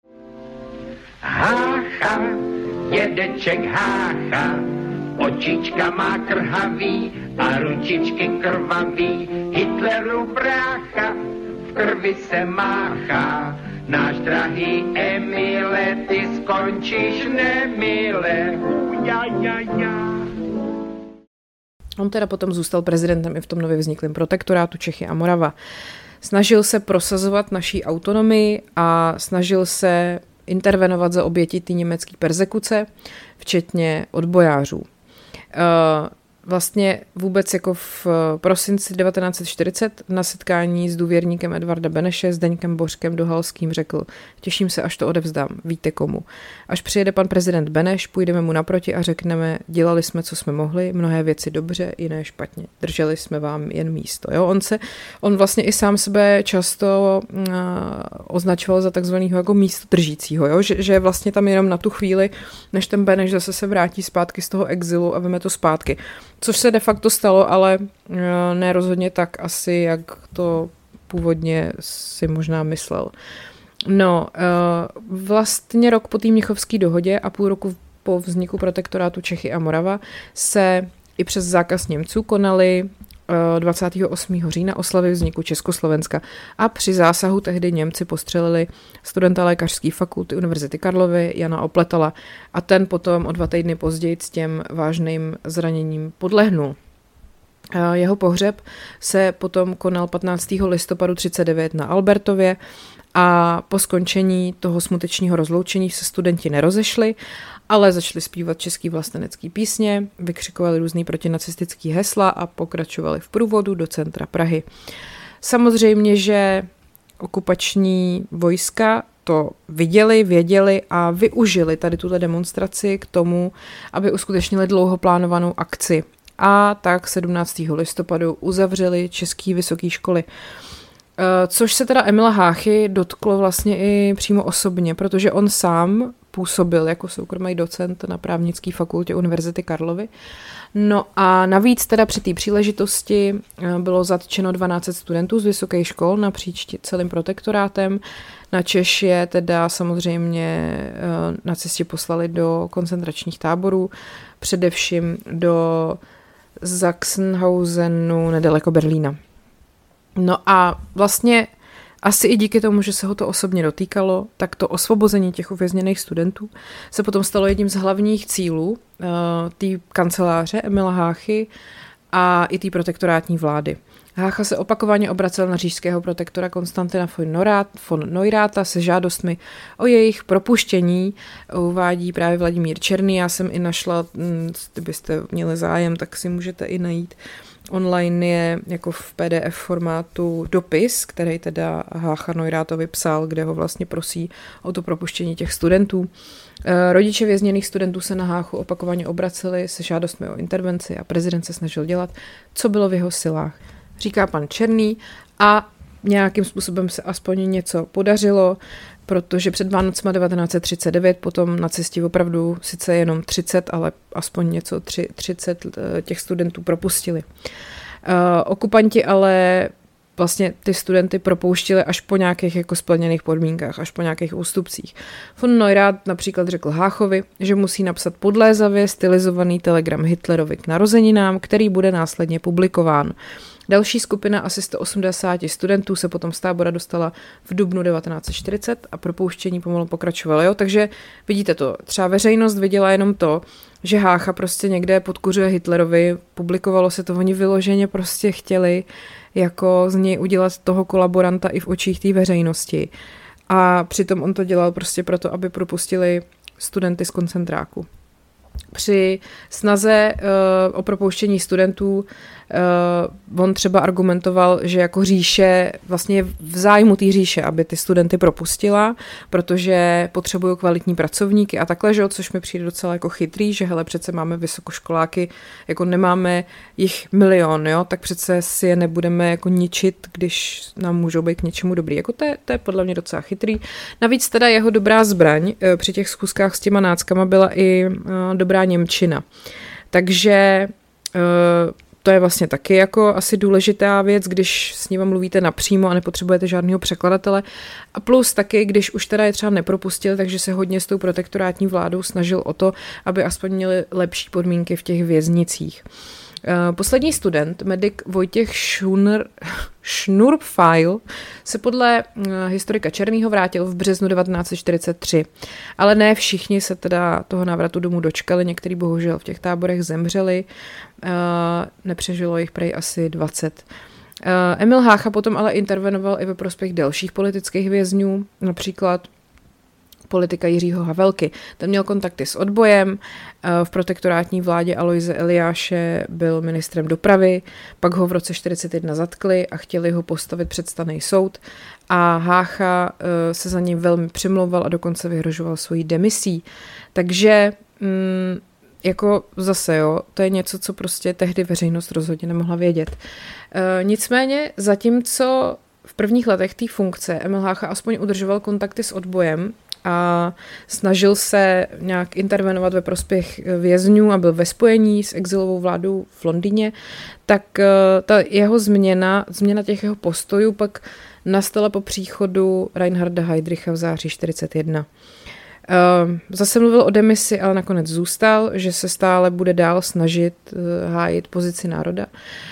Hácha, dědeček Hácha, očička má krhavý a ručičky krvavý, Hitlerův brácha, v krvi se máchá. Náš drahý Emile, ty skončíš nemile. Ja, ja, ja. On teda potom zůstal prezidentem i v tom nově vzniklém protektorátu Čechy a Morava. Snažil se prosazovat naší autonomii a snažil se intervenovat za oběti té německé perzekuce, včetně odbojářů. Vlastně vůbec jako v prosinci devatenáct set čtyřicet na setkání s důvěrníkem Edvarda Beneše, Zdeňkem Bořkem Dohalským řekl, těším se, až to odevzdám, víte komu. Až přijede pan prezident Beneš, půjdeme mu naproti a řekneme, dělali jsme, co jsme mohli, mnohé věci dobře, jiné špatně. Drželi jsme vám jen místo. Jo? On, se, on vlastně i sám sebe často uh, označoval za takzvanýho jako místo držícího, jo? Že, že vlastně tam jenom na tu chvíli, než ten Beneš zase se vrátí zpátky z toho exilu a veme to zpátky. Což se de facto stalo, ale ne rozhodně tak asi, jak to původně si možná myslel. No, vlastně rok po té Mnichovské dohodě a půl roku po vzniku protektorátu Čechy a Morava se i přes zákaz Němců konaly dvacátého osmého října oslavy vzniku Československa a při zásahu tehdy Němci postřelili studenta lékařské fakulty Univerzity Karlovy Jana Opletala a ten potom o dva týdny později s těm vážným zraněním podlehnul. Jeho pohřeb se potom konal patnáctého listopadu třicet devět na Albertově a po skončení toho smutečního rozloučení se studenti nerozešli, ale začali zpívat český vlastenecký písně, vykřikovali různý protinacistický hesla a pokračovali v průvodu do centra Prahy. Samozřejmě, že okupační vojska to viděli, věděli a využili tady tuto demonstraci k tomu, aby uskutečnili dlouho plánovanou akci. A tak sedmnáctého listopadu uzavřeli české vysoké školy. Což se teda Emila Háchy dotklo vlastně i přímo osobně, protože on sám působil jako soukromý docent na právnické fakultě Univerzity Karlovy. No a navíc teda při té příležitosti bylo zatčeno dvanáct set studentů z vysokých škol napříč celým protektorátem. Na Češ je teda samozřejmě nacisti poslali do koncentračních táborů, především do Sachsenhausenu nedaleko Berlína. No a vlastně asi i díky tomu, že se ho to osobně dotýkalo, tak to osvobození těch uvězněných studentů se potom stalo jedním z hlavních cílů uh, té kanceláře Emila Háchy a i té protektorátní vlády. Hácha se opakovaně obracel na říšského protektora Konstantina von Neurátha se žádostmi o jejich propuštění. Uvádí právě Vladimír Černý. Já jsem i našla, kdybyste měli zájem, tak si můžete i najít. Online je jako v P D F formátu dopis, který teda Hácha Neuráthovi psal, kde ho vlastně prosí o to propuštění těch studentů. Rodiče vězněných studentů se na Háchu opakovaně obraceli se žádostmi o intervenci a prezident se snažil dělat, co bylo v jeho silách. Říká pan Černý a nějakým způsobem se aspoň něco podařilo, protože před Vánocema devatenáct set třicet devět potom nacisti opravdu sice jenom třicet, ale aspoň něco třicet těch studentů propustili. Okupanti ale vlastně ty studenty propouštili až po nějakých jako splněných podmínkách, až po nějakých ústupcích. Von Neurath například řekl Háchovi, že musí napsat podlézavě stylizovaný telegram Hitlerovi k narozeninám, který bude následně publikován. Další skupina asi sto osmdesát studentů se potom z tábora dostala v dubnu devatenáct set čtyřicet a propouštění pomalu pokračovalo. Jo? Takže vidíte to, třeba veřejnost viděla jenom to, že Hácha prostě někde podkuřuje Hitlerovi, publikovalo se to, oni vyloženě prostě chtěli jako z něj udělat toho kolaboranta i v očích té veřejnosti. A přitom on to dělal prostě proto, aby propustili studenty z koncentráku. Při snaze uh, o propouštění studentů uh, on třeba argumentoval, že jako říše, vlastně v zájmu té říše, aby ty studenty propustila, protože potřebují kvalitní pracovníky a takhle, že, což mi přijde docela jako chytrý, že hele, přece máme vysokoškoláky, jako nemáme jich milion, jo, tak přece si je nebudeme jako ničit, když nám můžou být k něčemu dobrý. Jako to je, to je podle mě docela chytrý. Navíc teda jeho dobrá zbraň uh, při těch schůzkách s těma náckama byla i uh, dobrá němčina. Takže uh, to je vlastně taky jako asi důležitá věc, když s ním mluvíte napřímo a nepotřebujete žádného překladatele. A plus taky, když už teda je třeba nepropustil, takže se hodně s tou protektorátní vládou snažil o to, aby aspoň měli lepší podmínky v těch věznicích. Poslední student, medic Vojtěch Schnur, Schnurpfeil, se podle historika Černýho vrátil v březnu devatenáct set čtyřicet tři. Ale ne všichni se teda toho návratu domů dočkali, některý bohužel v těch táborech zemřeli, nepřežilo jich prej asi dvacet. Emil Hácha potom ale intervenoval i ve prospěch dalších politických vězňů, například politika Jiřího Havelky. Ten měl kontakty s odbojem, v protektorátní vládě Aloise Eliáše byl ministrem dopravy, pak ho v roce čtyřicet jedna zatkli a chtěli ho postavit před stanný soud a Hácha se za ním velmi přimlouval a dokonce vyhrožoval svojí demisí. Takže mm, jako zase, jo, to je něco, co prostě tehdy veřejnost rozhodně nemohla vědět. E, nicméně, zatímco v prvních letech té funkce Emil Hácha aspoň udržoval kontakty s odbojem a snažil se nějak intervenovat ve prospěch vězňů a byl ve spojení s exilovou vládou v Londýně, tak ta jeho změna, změna těch jeho postojů pak nastala po příchodu Reinharda Heydricha v září čtyřicet jedna. Zase mluvil o demisi, ale nakonec zůstal, že se stále bude dál snažit hájit pozici národa.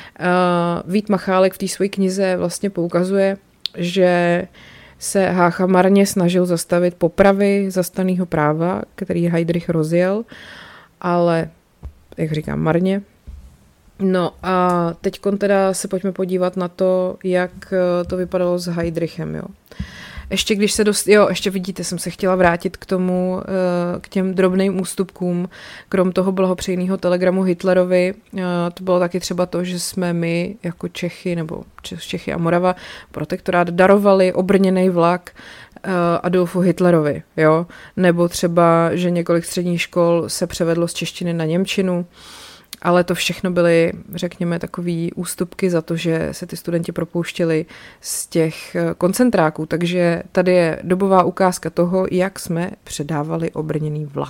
Vít Machálek v té své knize vlastně poukazuje, že se Hácha marně snažil zastavit popravy zastaného práva, který Heydrich rozjel, ale, jak říkám, marně. No a teď teda se pojďme podívat na to, jak to vypadalo s Heydrichem, jo. Ještě když se dost, jo, ještě vidíte, jsem se chtěla vrátit k tomu, k těm drobným ústupkům, krom toho blahopřejného telegramu Hitlerovi, to bylo taky třeba to, že jsme my jako Čechy, nebo Čechy a Morava, protektorát darovali obrněný vlak Adolfu Hitlerovi, jo, nebo třeba, že několik středních škol se převedlo z češtiny na němčinu, ale to všechno byly, řekněme, takový ústupky za to, že se ty studenti propouštěli z těch koncentráků. Takže tady je dobová ukázka toho, jak jsme předávali obrněný vlak.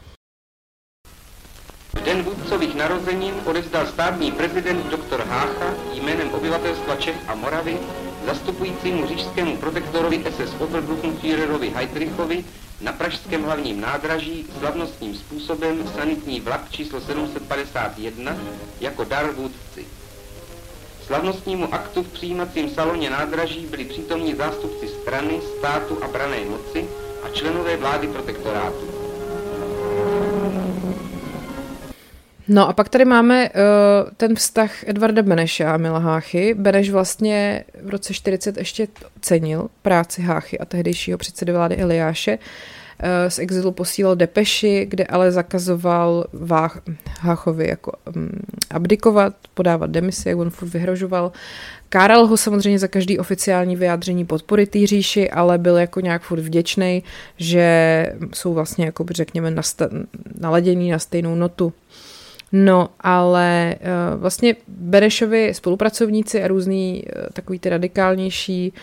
V den vůdcových narozenin odevzdal státní prezident doktor Hácha jménem obyvatelstva Čech a Moravy zastupujícímu říšskému protektorovi es es Obergruppenführerovi Heydrichovi na pražském hlavním nádraží slavnostním způsobem sanitní vlak číslo sedm set padesát jedna jako dar vůdci. Slavnostnímu aktu v přijímacím saloně nádraží byli přítomní zástupci strany, státu a branné moci a členové vlády protektorátu. No a pak tady máme uh, ten vztah Edvarda Beneše a Emila Háchy. Beneš vlastně v roce čtyřicet ještě cenil práci Háchy a tehdejšího předsedy vlády Eliáše. Uh, z exilu posílal depeši, kde ale zakazoval Vách, Háchovi jako um, abdikovat, podávat demisi, jak on furt vyhrožoval. Káral ho samozřejmě za každý oficiální vyjádření podpory té říši, ale byl jako nějak furt vděčnej, že jsou vlastně, jako řekněme, nasta- naladění na stejnou notu. No, ale uh, vlastně Benešovi spolupracovníci a různý uh, takový ty radikálnější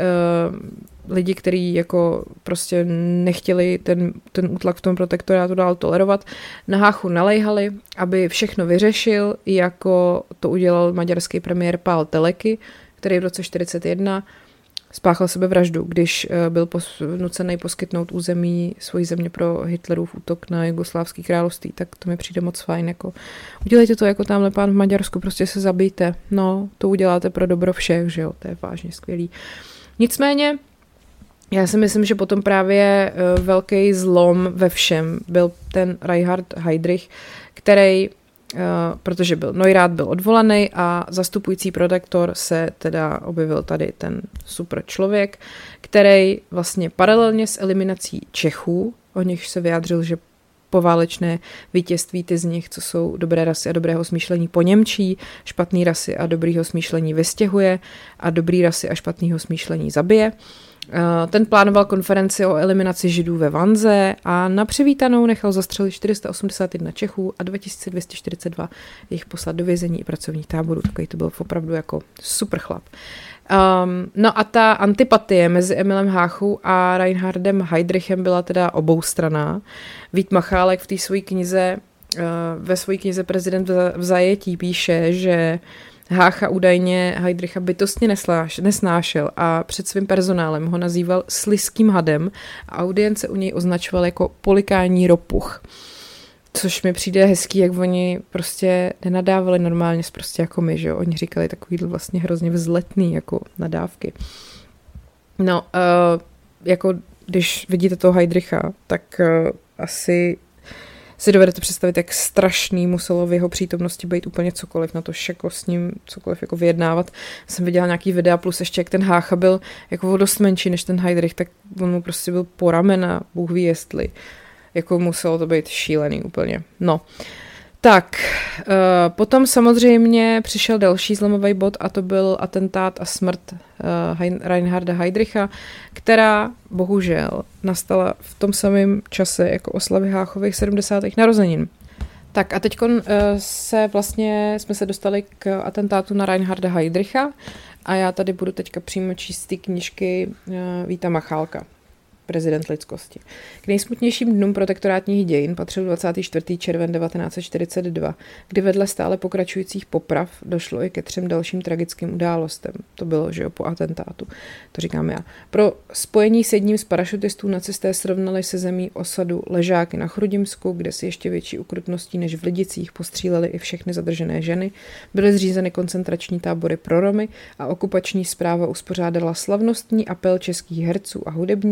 uh, lidi, kteří jako prostě nechtěli ten, ten útlak v tom protektorátu dál tolerovat, na Háchu nalejhali, aby všechno vyřešil, jako to udělal maďarský premiér Pál Teleky, který v roce čtyřicet jedna spáchal sebevraždu, když byl nucený poskytnout území svojí země pro Hitlerův útok na Jugoslávský království, tak to mi přijde moc fajn. Jako, udělejte to jako tamhle pán v Maďarsku, prostě se zabijte. No, to uděláte pro dobro všech, že jo, to je vážně skvělý. Nicméně, já si myslím, že potom právě velký zlom ve všem byl ten Reinhard Heydrich, který Uh, protože byl Neurath byl odvolaný a zastupující protektor se teda objevil tady ten super člověk, který vlastně paralelně s eliminací Čechů, o nich se vyjádřil, že poválečné vítězství ty z nich, co jsou dobré rasy a dobrého smýšlení, poněmčí, špatný rasy a dobrýho smýšlení vystěhuje a dobrý rasy a špatného smýšlení zabije. Ten plánoval konferenci o eliminaci Židů ve Vanze a na přivítanou nechal zastřelit čtyři sta osmdesát jedna Čechů a dva tisíce dvě stě čtyřicet dva jich poslat do vězení i pracovních táborů. Takový to byl opravdu jako super chlap. Um, no a ta antipatie mezi Emilem Háchou a Reinhardem Heydrichem byla teda oboustranná. Vít Machálek v té své knize, uh, ve své knize Prezident v zajetí píše, že Hácha údajně Heydricha bytostně nesláš, nesnášel a před svým personálem ho nazýval slizkým hadem a audience u něj označoval jako polikání ropuch. Což mi přijde hezký, jak oni prostě nenadávali normálně prostě jako my, že jo. Oni říkali takový vlastně hrozně vzletný jako nadávky. No, uh, jako když vidíte toho Heydricha, tak uh, asi si dovedete představit, jak strašný muselo v jeho přítomnosti být úplně cokoliv, na to jako s ním cokoliv jako vyjednávat. Jsem viděla nějaký videa, plus ještě jak ten Hácha byl jako dost menší než ten Heydrich, tak on mu prostě byl po ramena, Bůh ví jestli. Jako muselo to být šílený úplně. No, tak, uh, potom samozřejmě přišel další zlomový bod a to byl atentát a smrt uh, Reinharda Heydricha, která bohužel nastala v tom samém čase jako oslavy Háchových sedmdesátých narozenin. Tak a teď uh, se vlastně jsme se dostali k atentátu na Reinharda Heydricha a já tady budu teďka přímo číst ty knížky uh, Víta Machálka, Prezident lidskosti. K nejsmutnějším dnům protektorátních dějin patřil dvacátého čtvrtého června devatenáct set čtyřicet dva, kdy vedle stále pokračujících poprav došlo i ke třem dalším tragickým událostem. To bylo, že jo, po atentátu. To říkám já. Pro spojení s jedním z parašutistů nacisté srovnali se zemí osadu Ležáky na Chrudimsku, kde si ještě větší ukrutností než v Lidicích postříleli i všechny zadržené ženy. Byly zřízeny koncentrační tábory pro Romy a okupační správa uspořádala slavnostní apel českých herců a hudebníků v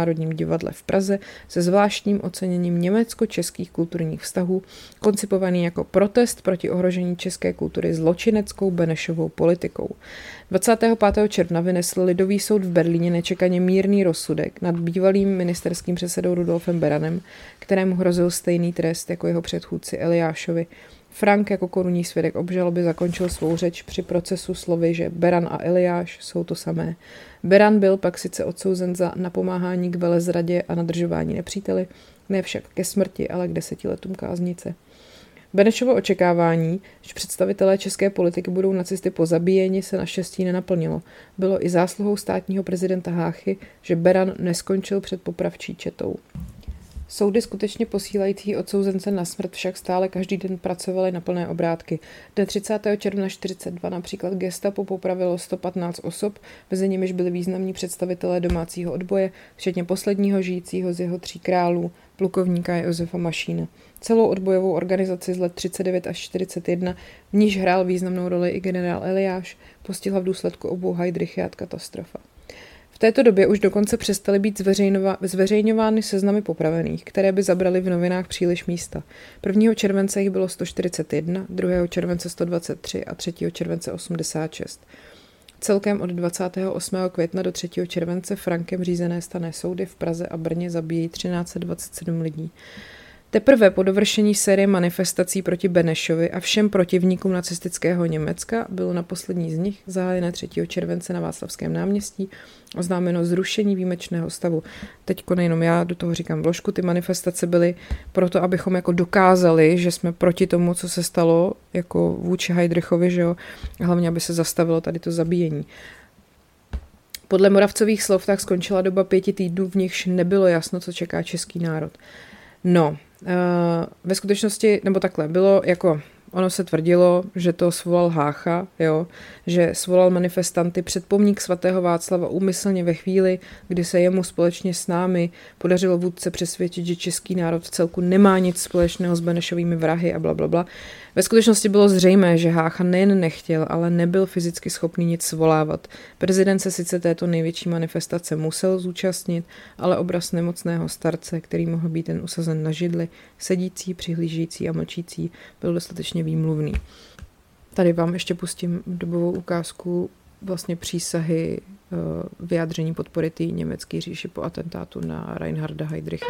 Národním divadle v Praze se zvláštním oceněním německo-českých kulturních vztahů, koncipovaný jako protest proti ohrožení české kultury zločineckou Benešovou politikou. dvacátého pátého června vynesl Lidový soud v Berlíně nečekaně mírný rozsudek nad bývalým ministerským předsedou Rudolfem Beranem, kterému hrozil stejný trest jako jeho předchůdci Eliášovi. Frank jako korunní svědek obžaloby zakončil svou řeč při procesu slovy, že Beran a Eliáš jsou to samé. Beran byl pak sice odsouzen za napomáhání k velezradě a nadržování nepříteli, ne však ke smrti, ale k deseti letům káznice. Benešovo očekávání, že představitelé české politiky budou nacisty pozabíjeni, se naštěstí nenaplnilo. Bylo i zásluhou státního prezidenta Háchy, že Beran neskončil před popravčí četou. Soudy skutečně posílající odsouzence na smrt však stále každý den pracovaly na plné obrátky. Dne třicátého června čtyřicet dva například gestapo popravilo sto patnáct osob, mezi nimiž byli významní představitelé domácího odboje, včetně posledního žijícího z jeho tří králů, plukovníka Josefa Mašína. Celou odbojovou organizaci z let třicet devět až čtyřicet jedna, v níž hrál významnou roli i generál Eliáš, postihla v důsledku obou Heydrichiad katastrofa. V této době už dokonce přestaly být zveřejňovány seznamy popravených, které by zabraly v novinách příliš místa. prvního července jich bylo sto čtyřicet jedna, druhého července sto dvacet tři a třetího července osmdesát šest. Celkem od dvacátého osmého května do třetího července Frankem řízené stanné soudy v Praze a Brně zabíjí třináct set dvacet sedm lidí. Teprve po dovršení série manifestací proti Benešovi a všem protivníkům nacistického Německa bylo na poslední z nich zahájené třetího července na Václavském náměstí oznámeno zrušení výjimečného stavu. Teďko nejenom já do toho říkám vložku, ty manifestace byly proto, abychom jako dokázali, že jsme proti tomu, co se stalo jako vůči Heydrichovi, že jo, hlavně aby se zastavilo tady to zabíjení. Podle Moravcových slov tak skončila doba pěti týdnů, v nichž nebylo jasno, co čeká český národ. No, Uh, ve skutečnosti, nebo takhle, bylo jako, ono se tvrdilo, že to svolal Hácha, jo, že svolal manifestanty před pomník svatého Václava úmyslně ve chvíli, kdy se jemu společně s námi podařilo vůdce přesvědčit, že český národ v celku nemá nic společného s Benešovými vrahy a blablabla. Bla, bla. Ve skutečnosti bylo zřejmé, že Hácha nejen nechtěl, ale nebyl fyzicky schopný nic svolávat. Prezident se sice této největší manifestace musel zúčastnit, ale obraz nemocného starce, který mohl být jen usazen na židli, sedící, přihlížící a mlčící, byl dostatečně výmluvný. Tady vám ještě pustím dobovou ukázku vlastně přísahy vyjádření podpory té německé říši po atentátu na Reinharda Heydricha.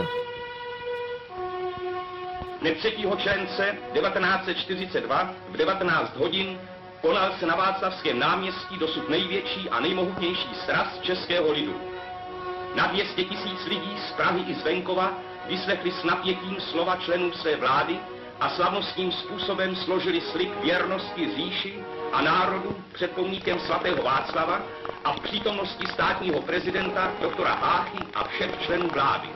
Dne třetího července devatenáct set čtyřicet dva v devatenáct hodin konal se na Václavském náměstí dosud největší a nejmohutnější sraz českého lidu. Na dvě stě tisíc lidí z Prahy i z venkova vyslechli s napětím slova členů své vlády a slavnostním způsobem složili slib věrnosti říši a národu před pomníkem svatého Václava a v přítomnosti státního prezidenta doktora Háchy a všech členů vlády.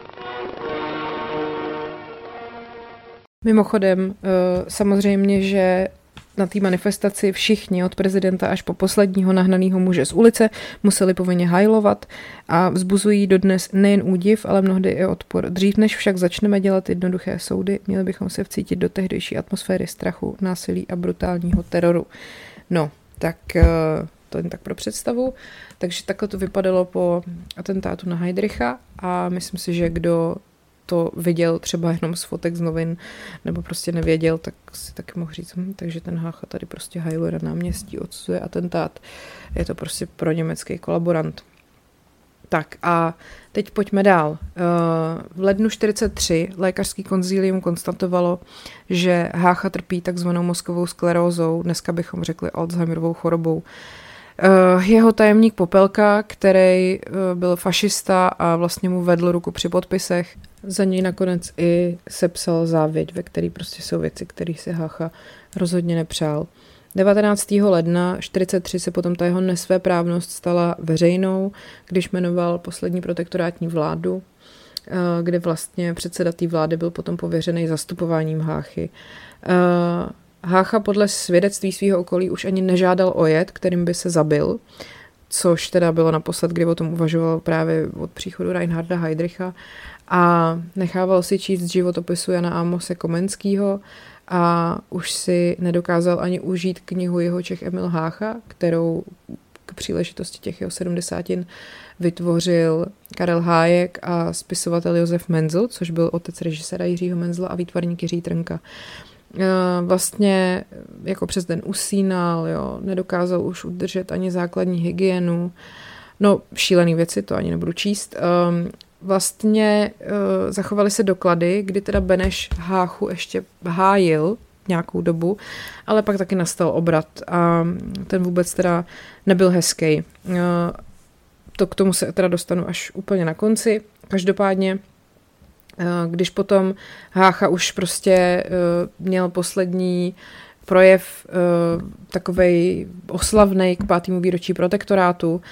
Mimochodem, samozřejmě, že na té manifestaci všichni od prezidenta až po posledního nahnaného muže z ulice museli povinně hajlovat a vzbuzují dodnes nejen údiv, ale mnohdy i odpor. Dřív než však začneme dělat jednoduché soudy, měli bychom se vcítit do tehdejší atmosféry strachu, násilí a brutálního teroru. No, tak to jen tak pro představu. Takže takhle to vypadalo po atentátu na Heydricha a myslím si, že kdo to viděl třeba jenom z fotek z novin, nebo prostě nevěděl, tak si taky mohl říct, hm, takže ten Hácha tady prostě hajluje na náměstí, odsuzuje atentát. Je to prostě pro německý kolaborant. Tak a teď pojďme dál. V lednu čtyřicet tři lékařský konzílium konstatovalo, že Hácha trpí takzvanou mozkovou sklerózou, dneska bychom řekli Alzheimerovou chorobou. Jeho tajemník Popelka, který byl fašista a vlastně mu vedl ruku při podpisech, za něj nakonec i sepsal závěť, ve který prostě jsou věci, které si Hácha rozhodně nepřál. devatenáctého ledna čtyřicet tři se potom ta jeho nesvéprávnost stala veřejnou, když jmenoval poslední protektorátní vládu, kde vlastně předseda té vlády byl potom pověřený zastupováním Háchy. Hácha podle svědectví svého okolí už ani nežádal o jed, kterým by se zabil, což teda bylo naposled, kdy o tom uvažoval právě od příchodu Reinharda Heydricha, a nechával si číst z životopisu Jana Amose Komenského a už si nedokázal ani užít knihu Jihočech Emil Hácha, kterou příležitosti těch jeho sedmdesátin vytvořil Karel Hájek a spisovatel Josef Menzel, což byl otec režiséra Jiřího Menzla a výtvarník Jiří Trnka. Vlastně jako přes den usínal, jo, nedokázal už udržet ani základní hygienu. No, šílený věci, to ani nebudu číst. Vlastně zachovaly se doklady, kdy teda Beneš Háchu ještě hájil nějakou dobu, ale pak taky nastal obrat a ten vůbec teda nebyl hezký. To k tomu se teda dostanu až úplně na konci. Každopádně, když potom Hácha už prostě měl poslední projev takovej oslavnej k pátému výročí protektorátu,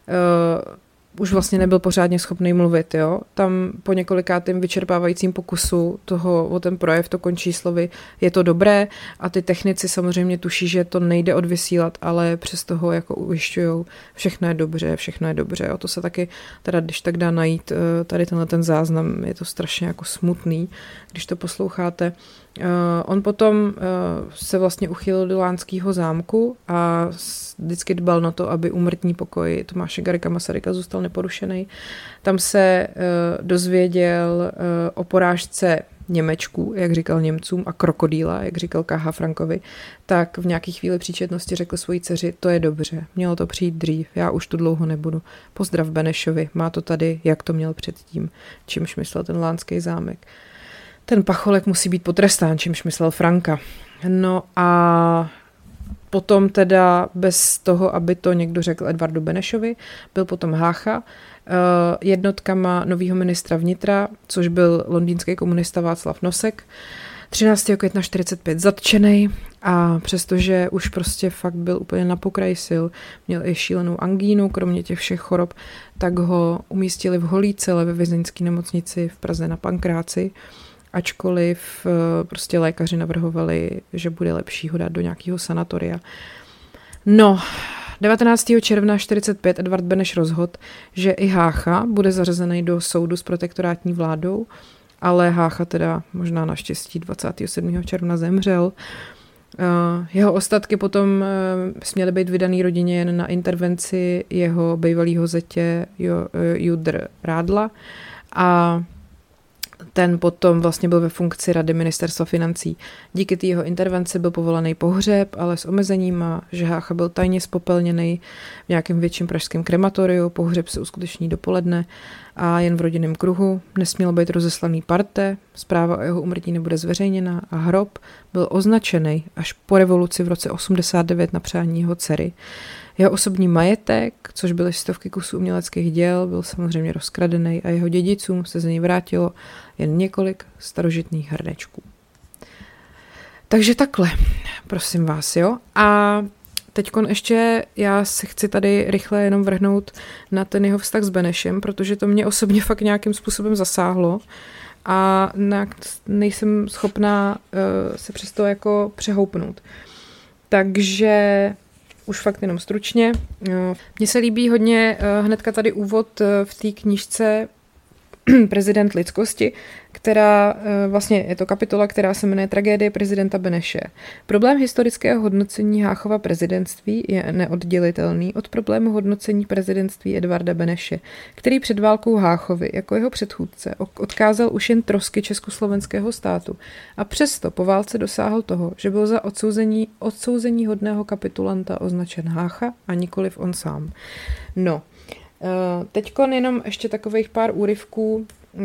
už vlastně nebyl pořádně schopný mluvit, jo. Tam po několikátém vyčerpávajícím pokusu toho o ten projev to končí slovy je to dobré a ty technici samozřejmě tuší, že to nejde odvysílat, ale přesto ho jako ujišťujou, všechno je dobře, všechno je dobře, jo. To se taky teda, když tak dá najít tady tenhle ten záznam, je to strašně jako smutný, když to posloucháte. Uh, on potom uh, se vlastně uchýlil do Lánského zámku a vždycky dbal na to, aby úmrtní pokoj Tomáše Garrigua Masaryka zůstal neporušený. Tam se uh, dozvěděl uh, o porážce Němečků, jak říkal Němcům, a krokodýla, jak říkal K H Frankovi, tak v nějaký chvíli příčetnosti řekl svojí dceři, to je dobře, mělo to přijít dřív, já už tu dlouho nebudu. Pozdrav Benešovi, má to tady, jak to měl předtím, čímž myslel ten Lánský zámek. Ten pacholek musí být potrestán, čímž myslel Franka. No a potom teda bez toho, aby to někdo řekl Edvardu Benešovi, byl potom Hácha jednotkama nového ministra vnitra, což byl londýnský komunista Václav Nosek, třináctého května čtyřicet pět zatčenej a přestože už prostě fakt byl úplně na pokraji sil, měl i šílenou angínu, kromě těch všech chorob, tak ho umístili v Holý Cele ve vězeňské nemocnici v Praze na Pankráci, ačkoliv prostě lékaři navrhovali, že bude lepší ho dát do nějakého sanatoria. No, devatenáctého června čtyřicet pět Edvard Beneš rozhodl, že i Hácha bude zařazený do soudu s protektorátní vládou, ale Hácha teda možná naštěstí dvacátého sedmého června zemřel. Jeho ostatky potom směly být vydaný rodině jen na intervenci jeho bývalého zetě Judr Rádla a ten potom vlastně byl ve funkci rady ministerstva financí. Díky té jeho intervenci byl povolaný pohřeb, ale s omezeníma, že Hácha byl tajně spopelněný v nějakém větším pražském krematoriu, pohřeb se uskuteční dopoledne a jen v rodinném kruhu, nesmělo být rozeslaný parte, zpráva o jeho úmrtí nebude zveřejněna a hrob byl označený až po revoluci v roce osmdesát devět na přání jeho dcery. Jeho osobní majetek, což byly stovky kusů uměleckých děl, byl samozřejmě rozkradený a jeho dědicům se z něj vrátilo jen několik starožitných hrnečků. Takže takhle, prosím vás, jo. A teďkon ještě já se chci tady rychle jenom vrhnout na ten jeho vztah s Benešem, protože to mě osobně fakt nějakým způsobem zasáhlo a nejsem schopná uh, se přes to jako přehoupnout. Takže už fakt jenom stručně. Mně se líbí hodně hnedka tady úvod v té knížce Prezident lidskosti, která vlastně je to kapitola, která se jmenuje Tragédie prezidenta Beneše. Problém historického hodnocení Háchova prezidentství je neoddělitelný od problému hodnocení prezidentství Edvarda Beneše, který před válkou Háchovi jako jeho předchůdce odkázal už jen trosky československého státu a přesto po válce dosáhl toho, že byl za odsouzení, odsouzení hodného kapitulanta označen Hácha a nikoliv on sám. No, teďkon jenom ještě takových pár úryvků,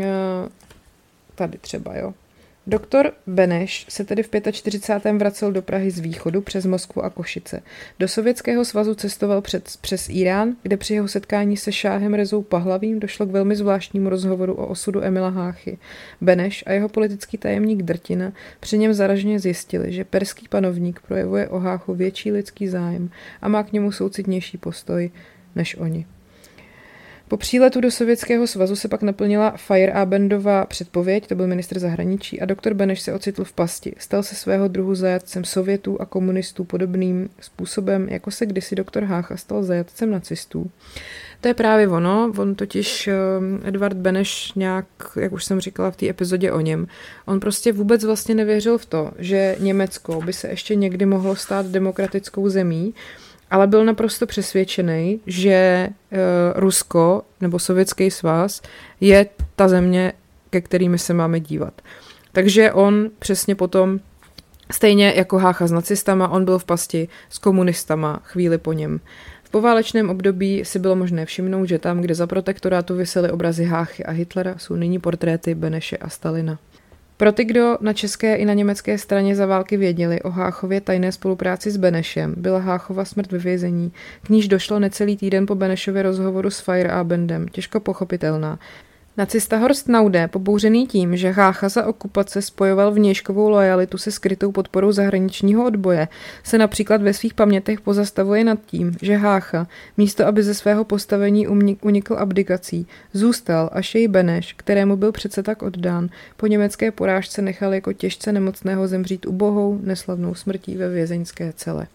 tady třeba, jo. Doktor Beneš se tedy v čtyřicátém pátém vracel do Prahy z východu přes Moskvu a Košice. Do Sovětského svazu cestoval před, přes Irán, kde při jeho setkání se šáhem Rezou Pahlavím došlo k velmi zvláštnímu rozhovoru o osudu Emila Háchy. Beneš a jeho politický tajemník Drtina při něm zaraženě zjistili, že perský panovník projevuje o Háchu větší lidský zájem a má k němu soucitnější postoj než oni. Po příletu do Sovětského svazu se pak naplnila Feyerabendova předpověď, to byl ministr zahraničí, a doktor Beneš se ocitl v pasti. Stal se svého druhu zajatcem Sovětů a komunistů podobným způsobem, jako se kdysi doktor Hácha stal zajatcem nacistů. To je právě ono, on totiž Edvard Beneš nějak, jak už jsem říkala v té epizodě o něm, on prostě vůbec vlastně nevěřil v to, že Německo by se ještě někdy mohlo stát demokratickou zemí, ale byl naprosto přesvědčený, že uh, Rusko nebo Sovětský svaz je ta země, ke kterými se máme dívat. Takže on přesně potom, stejně jako Hácha s nacistama, on byl v pasti s komunistama chvíli po něm. V poválečném období si bylo možné všimnout, že tam, kde za protektorátu visely obrazy Háchy a Hitlera, jsou nyní portréty Beneše a Stalina. Pro ty, kdo na české i na německé straně za války věděli o Háchově tajné spolupráci s Benešem, byla Háchova smrt ve vězení, k níž došlo necelý týden po Benešově rozhovoru s Feierabendem, těžko pochopitelná. Nacista Horst Naude, pobouřený tím, že Hácha za okupace spojoval vnějškovou lojalitu se skrytou podporou zahraničního odboje, se například ve svých pamětech pozastavuje nad tím, že Hácha, místo aby ze svého postavení unikl abdikací, zůstal, až jej Beneš, kterému byl přece tak oddán, po německé porážce nechal jako těžce nemocného zemřít ubohou, neslavnou smrtí ve vězeňské cele.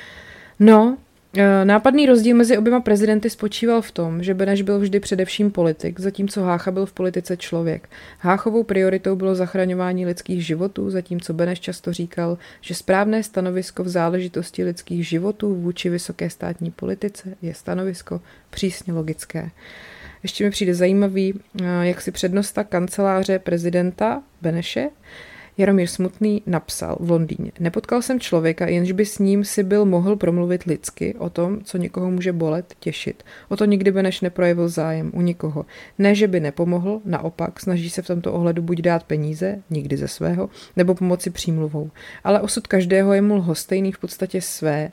No, nápadný rozdíl mezi oběma prezidenty spočíval v tom, že Beneš byl vždy především politik, zatímco Hácha byl v politice člověk. Háchovou prioritou bylo zachraňování lidských životů, zatímco Beneš často říkal, že správné stanovisko v záležitosti lidských životů vůči vysoké státní politice je stanovisko přísně logické. Ještě mi přijde zajímavý, jak si přednosta kanceláře prezidenta Beneše Jaromír Smutný napsal v Londýně. Nepotkal jsem člověka, jenž by s ním si byl mohl promluvit lidsky o tom, co někoho může bolet, těšit. O to nikdy Beneš neprojevil zájem u nikoho. Ne, že by nepomohl, naopak, snaží se v tomto ohledu buď dát peníze, nikdy ze svého, nebo pomoci přímluvou. Ale osud každého je mu lhostejný v podstatě své.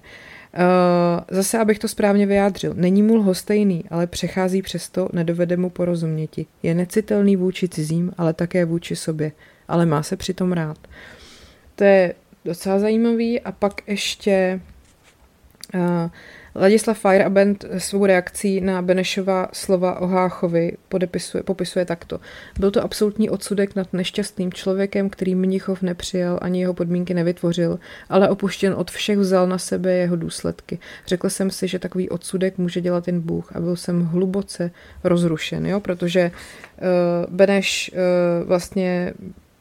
Uh, zase, abych to správně vyjádřil, není mu lhostejný, ale přechází přesto, nedovede mu porozuměti. Je necitelný vůči cizím, ale také vůči sobě. Ale má se přitom rád. To je docela zajímavý. A pak ještě uh, Ladislav Feierabend svou reakcí na Benešova slova o Háchovi podepisuje, popisuje takto. Byl to absolutní odsudek nad nešťastným člověkem, který Mnichov nepřijal ani jeho podmínky nevytvořil, ale opuštěn od všech vzal na sebe jeho důsledky. Řekl jsem si, že takový odsudek může dělat jen Bůh a byl jsem hluboce rozrušen, jo? Protože uh, Beneš uh, vlastně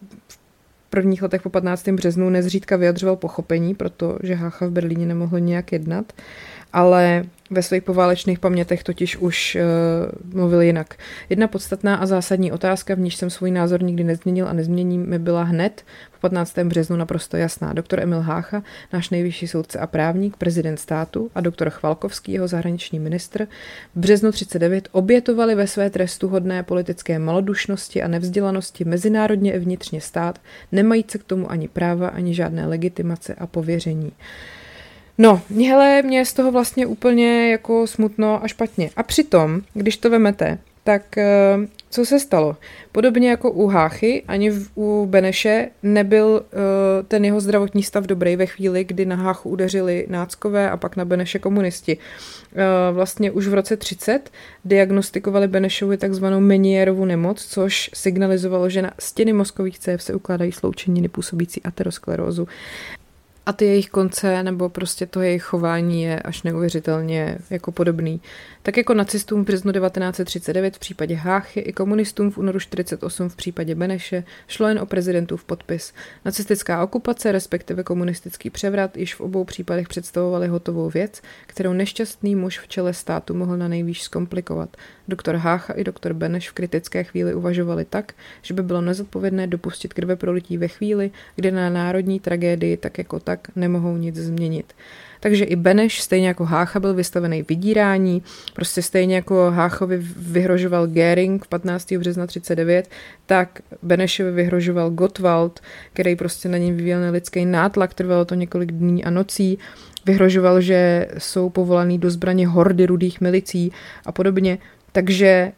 v prvních letech po patnáctého březnu nezřídka vyjadřoval pochopení, protože Hácha v Berlíně nemohl nějak jednat, ale ve svých poválečných pamětech totiž už uh, mluvil jinak. Jedna podstatná a zásadní otázka, v níž jsem svůj názor nikdy nezměnil a nezměním, mi byla hned po patnáctého březnu naprosto jasná. Doktor Emil Hácha, náš nejvyšší soudce a právník, prezident státu, a doktor Chvalkovský, jeho zahraniční ministr, v březnu třicet devět obětovali ve své trestuhodné politické malodušnosti a nevzdělanosti mezinárodně i vnitřně stát, nemajíce k tomu ani práva, ani žádné legitimace a pověření. No, hele, mě je z toho vlastně úplně jako smutno a špatně. A přitom, když to vemete, tak co se stalo? Podobně jako u Háchy, ani v, u Beneše nebyl uh, ten jeho zdravotní stav dobrý ve chvíli, kdy na Háchu udeřili náckové a pak na Beneše komunisti. Uh, vlastně už v roce třicet diagnostikovali Benešovi takzvanou Menierovu nemoc, což signalizovalo, že na stěny mozkových cév se ukládají sloučeniny působící aterosklerózu. A ty jejich konce, nebo prostě to jejich chování je až neuvěřitelně jako podobný. Tak jako nacistům v březnu devatenáct set třicet devět v případě Háchy i komunistům v únoru čtyřicet osm v případě Beneše šlo jen o prezidentův podpis. Nacistická okupace, respektive komunistický převrat, již v obou případech představovaly hotovou věc, kterou nešťastný muž v čele státu mohl na nejvýš zkomplikovat. Doktor Hácha i doktor Beneš v kritické chvíli uvažovali tak, že by bylo nezodpovědné dopustit krveprolití ve chvíli, kdy na národní tragédii tak jako tak nemohou nic změnit. Takže i Beneš, stejně jako Hácha, byl vystavený vydírání, prostě stejně jako Háchovi vyhrožoval Göring v patnáctého března třicet devět, tak Benešovi vyhrožoval Gottwald, který prostě na něm vyvíjel nelidský nátlak, trvalo to několik dní a nocí, vyhrožoval, že jsou povolaný do zbraně hordy rudých milicí a podobně. Takže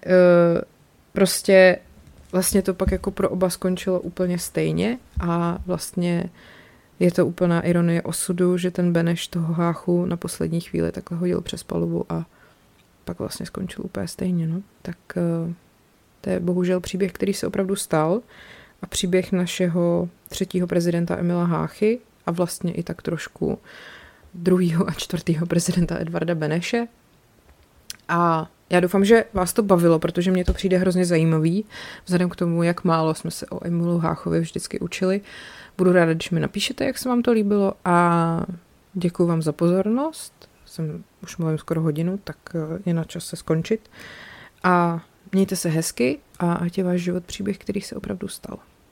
prostě vlastně to pak jako pro oba skončilo úplně stejně a vlastně je to úplná ironie osudu, že ten Beneš toho Háchu na poslední chvíli takhle hodil přes palubu a pak vlastně skončil úplně stejně. No. Tak to je bohužel příběh, který se opravdu stal a příběh našeho třetího prezidenta Emila Háchy a vlastně i tak trošku druhého a čtvrtého prezidenta Edvarda Beneše. A já doufám, že vás to bavilo, protože mně to přijde hrozně zajímavý, vzhledem k tomu, jak málo jsme se o Emilu Háchovi vždycky učili. Budu ráda, když mi napíšete, jak se vám to líbilo a děkuji vám za pozornost. jsem už mluvím skoro hodinu, tak je na čas se skončit. A mějte se hezky a ať je váš život příběh, který se opravdu stal.